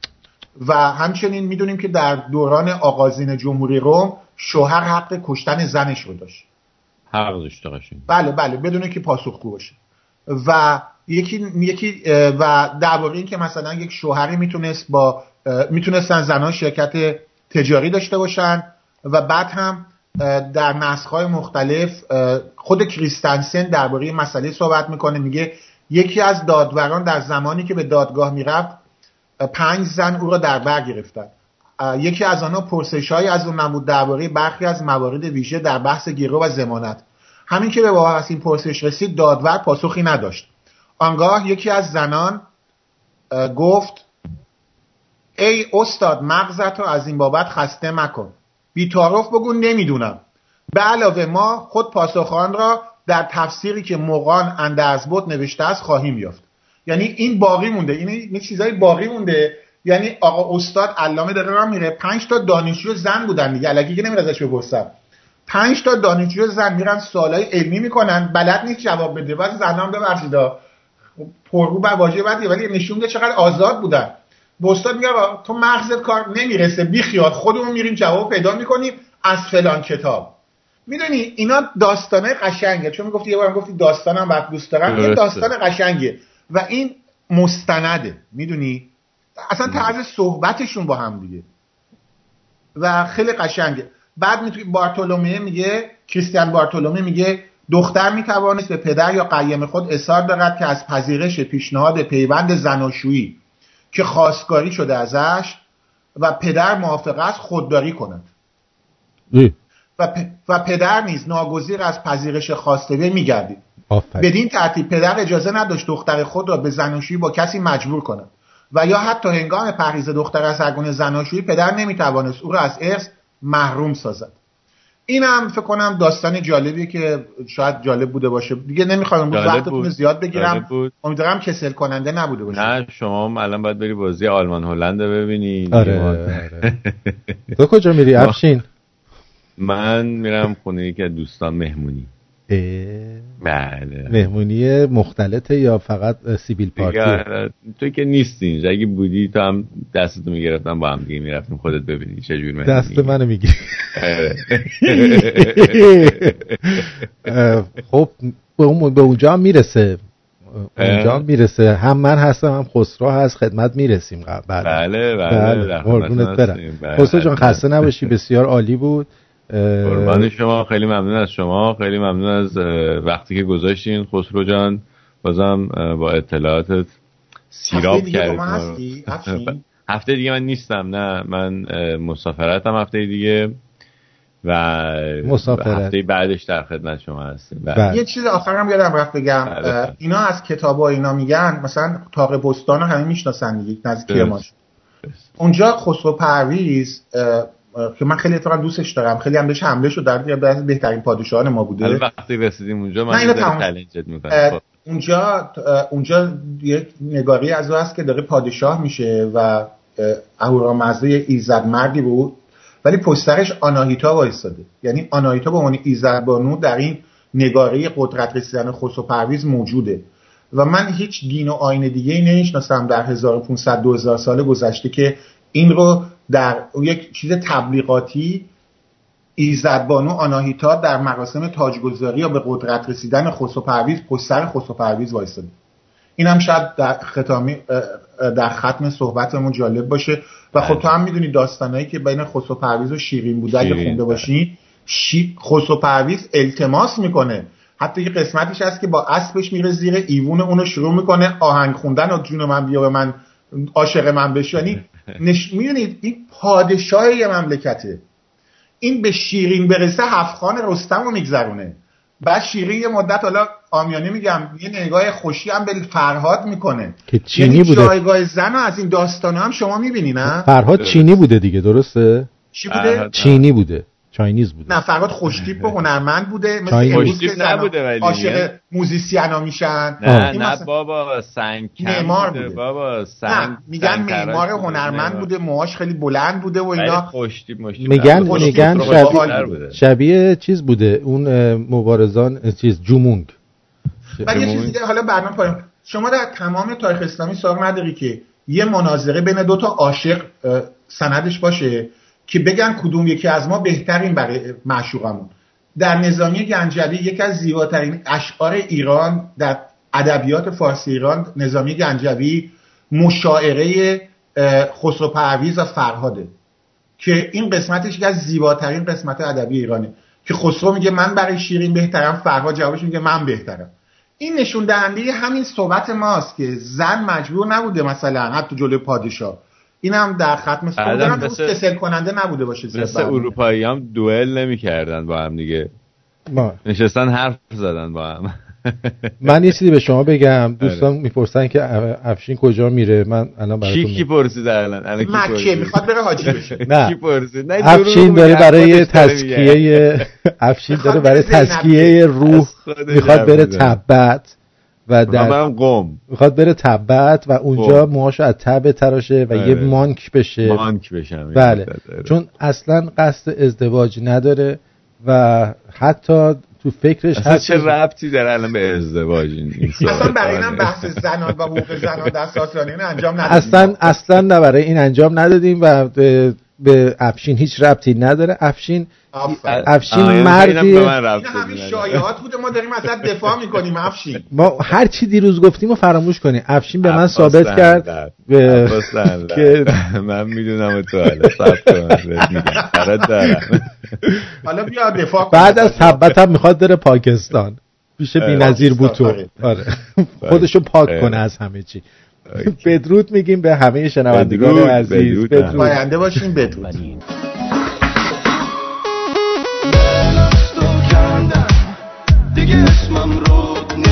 و همچنین میدونیم که در دوران آغازین جمهوری روم شوهر حق کشتن زنش رو داشت. حق داشته قشنگ. بله بله بدون که پاسخگو باشه. و یکی یکی و درباره این که مثلا یک شوهری میتونست با میتونستن زنان شرکت تجاری داشته باشن و بعد هم در نسخ‌های مختلف خود کریستنسن درباره این مسئله صحبت میکنه. میگه یکی از دادوران در زمانی که به دادگاه میرفت پنج زن او را در بر گرفتند. یکی از آنها پرسش‌هایی از اون نمود درباره برخی از موارد ویژه در بحث گرو و ضمانت. همین که به بحث این پرسش رسید دادور پاسخی نداشت. آنگاه یکی از زنان گفت ای استاد مغزت رو از این بابت خسته مکن، بی‌تعارف بگو نمیدونم. به علاوه ما خود پاسخان را در تفسیری که مغان اندرزبط نوشته است خواهیم یافت. یعنی این باقی مونده، این این چیزای باقی مونده. یعنی آقا استاد علامه داره راه میره، پنج تا دانشجو زن بودن دیگه، الکی که نمیره ازش بپرسم. پنج تا دانشجو زن میرن سوالای علمی میکنن، بلد نیست جواب بده. بعد زنام ببخشید پررو بر واژه بعدی، ولی نشون میده چقدر آزاد بودن. به استاد میگه تو مغزت کار نمیرسه، بی خیال خودمون میریم جواب پیدا میکنیم از فلان کتاب. میدونی اینا داستانه قشنگه، چون میگفتی یه بارم گفتی داستانم بعد دوست دارم، این داستان قشنگه و این مستنده. میدونی اصلا طرز صحبتشون با هم دیگه و خیلی قشنگه. بعد میتونی بارتولومه میگه، کریستیان بارتولومه میگه دختر میتوانست به پدر یا قیم خود اصرار دارد که از پذیرش پیشنهاد پیوند زناشویی که خواستگاری شده ازش و پدر موافق است خودداری کند و, پ... و پدر نیز ناگزیر از پذیرش خواسته وی میگردید. بدین ترتیب پدر اجازه نداشت دختر خود را به زناشویی با کسی مجبور کند و یا حتی هنگام پرهیز دختر از هر گونه زناشویی پدر نمیتوانست او را از ارث محروم سازد. این هم فکر کنم داستان جالبیه که شاید جالب بوده باشه. دیگه نمیخوام امروز وقتتون زیاد بگیرم، امیدوارم کسل کننده نبوده باشه. نه شما الان باید بری بازی آلمان هلند ببینی. آره آره. تو کجا میری افشین؟ من میرم خونه یکی از دوستان مهمونی. بله. مهمونی مختلطه یا فقط سیبیل پارتی؟ تو که نیستی اینجا، اگه بودی تو هم دستتو میگرفتم با هم دیگه میرفتیم خودت ببینی چجوری مهمونی. دست منو میگیری. خب به اونجا هم میرسه، اونجا هم میرسه، هم من هستم هم خسرو هست، خدمت میرسیم. بله بله بله قربونت برم. خسرو جان خسته نباشی، بسیار عالی بود. قربان شما، خیلی ممنون از شما، خیلی ممنون از وقتی که گذاشتین خسرو جان. بازم با اطلاعاتت سیراب کردید. هفته دیگه من نیستم، نه من مسافرتم هفته دیگه و مسافرت. هفته بعدش در خدمت شما هستیم. یه چیز آخرم یادم رفت بگم، بله. اینا از کتابا اینا میگن مثلا طاق بستان رو همه میشناسن دیگه، نزدیک کرمانشاه. اونجا خسرو پرویز که من خیلی اتفاقا دوستش دارم، خیلی هم بهش حمله شد، در دیگه از بهترین پادشاهان ما بوده. حالا وقتی رسیدیم اونجا من دارم چالنجت میکنم. اونجا اونجا یک نگاری از او هست که داره پادشاه میشه و اهورامزدا ایزد مردی بود ولی پشترش آناهیتا وایساده. یعنی آناهیتا به عنوان ایزد بانو در این نگاره قدرت رسیدن خسرو پرویز موجوده و من هیچ دین و آیین دیگه ای نمیشناسم در هزار و پانصد دو هزار سال گذشته که این رو در یک چیز تبلیغاتی ایزدبانو آناهیتا در مراسم تاجگذاری یا به قدرت رسیدن خسرو پرویز پشت سر خسرو پرویز وایساده. این هم شاید در ختامی در ختم صحبتمون جالب باشه و خب تو هم میدونی داستانایی که بین خسرو پرویز و شیرین بوده اگه خونده باشی، شی... خسرو پرویز التماس میکنه، حتی یه قسمتیش هست که با اسبش میره زیر ایوون اونو شروع میکنه آهنگ خوندن و جون من بیا به من عاشق من بشی. یعنی نش... میدونید این پادشاه یه مملکته، این به شیرین برسه هفت خان رستم رو میگذرونه، بعد شیرین یه مدت حالا آمیانه میگم یه نگاه خوشی هم به فرهاد میکنه که چینی بوده. جایگاه زن از این داستانا هم شما میبینی نه؟ فرهاد چینی بوده دیگه، درسته؟ چی بوده؟ چینی بوده، چاینیز بوده. نه فرهاد خوشتیپ و هنرمند بوده، مثل خوشتیپ نبوده ولی عاشق موزیسیانا میشن. نه نه بابا سنگ معمار بوده. بوده بابا سنگ میگن معمار هنرمند بوده، موهاش خیلی بلند بوده و اینا. خوشتیپ مشتیپ میگن میگن شبیه شبیه چیز بوده اون مبارزان چیز جومونگ. ولی یه چیز دیگه حالا برنامه پایین شما در تمام تاریخ اسلامی سراغ نداری که یه مناظره بین دو تا عاشق سندش باشه که بگن کدوم یکی از ما بهترین برای معشوقمون. در نظامی گنجوی یکی از زیباترین اشعار ایران در ادبیات فارسی ایران، نظامی گنجوی مشاعره خسرو پرویز و فرهاده که این قسمتش یکی از زیباترین قسمت ادبی ایرانه که خسرو میگه من برای شیرین بهترم، فرهاد جوابش میگه من بهترم. این نشون دهنده همین صحبت ماست که زن مجبور نبوده مثلا حتی جلوی پادشاه. این هم در ختم صحبت مثل کسل کننده نبوده باشه. مثل اروپایی هم دوئل نمی کردن با هم دیگه، نشستن حرف زدن با هم. من یه چیزی به شما بگم، دوستان میپرسن که افشین کجا میره. من الان براتون کی کی پرسید الان الان کی مکه میخواد بره حاجی بشه. نه کی پرسید؟ نه افشین داره برای تزکیه افشین داره برای تزکیه روح میخواد بره تبت و در قم میخواد بره تبت و اونجا موهاشو از تبه تراشه و اه. یه مانک بشه مانک بشم. بله چون اصلا قصد ازدواج نداره و حتی تو فکرش اصلا چه ربطی داره الان به ازدواج این اصلا برای اینم بحث زنان و حقوق زنان در ساسانیان انجام ندادیم. اصلا اصلا نه برای این انجام ندادیم و به, به افشین هیچ ربطی نداره. افشین افشین مردی این همین شایعات بوده، ما داریم ازت دفاع میکنیم. افشین ما هر چی دیروز گفتیم رو فراموش کنیم. افشین به من ثابت کرد به... که من میدونم تو حالا صبر کن میگم برات دارم. حالا بیا دفاع بعد از تبت هم میخواد بره پاکستان پیش بی‌نظیر بوتو. آره خودشو پاک کنه از همه چی. بدرود میگیم به همه شنوندگان عزیز. بدرود پاینده باشین. بدرود. دیگه اسمم رود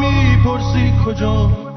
میپرسی کجا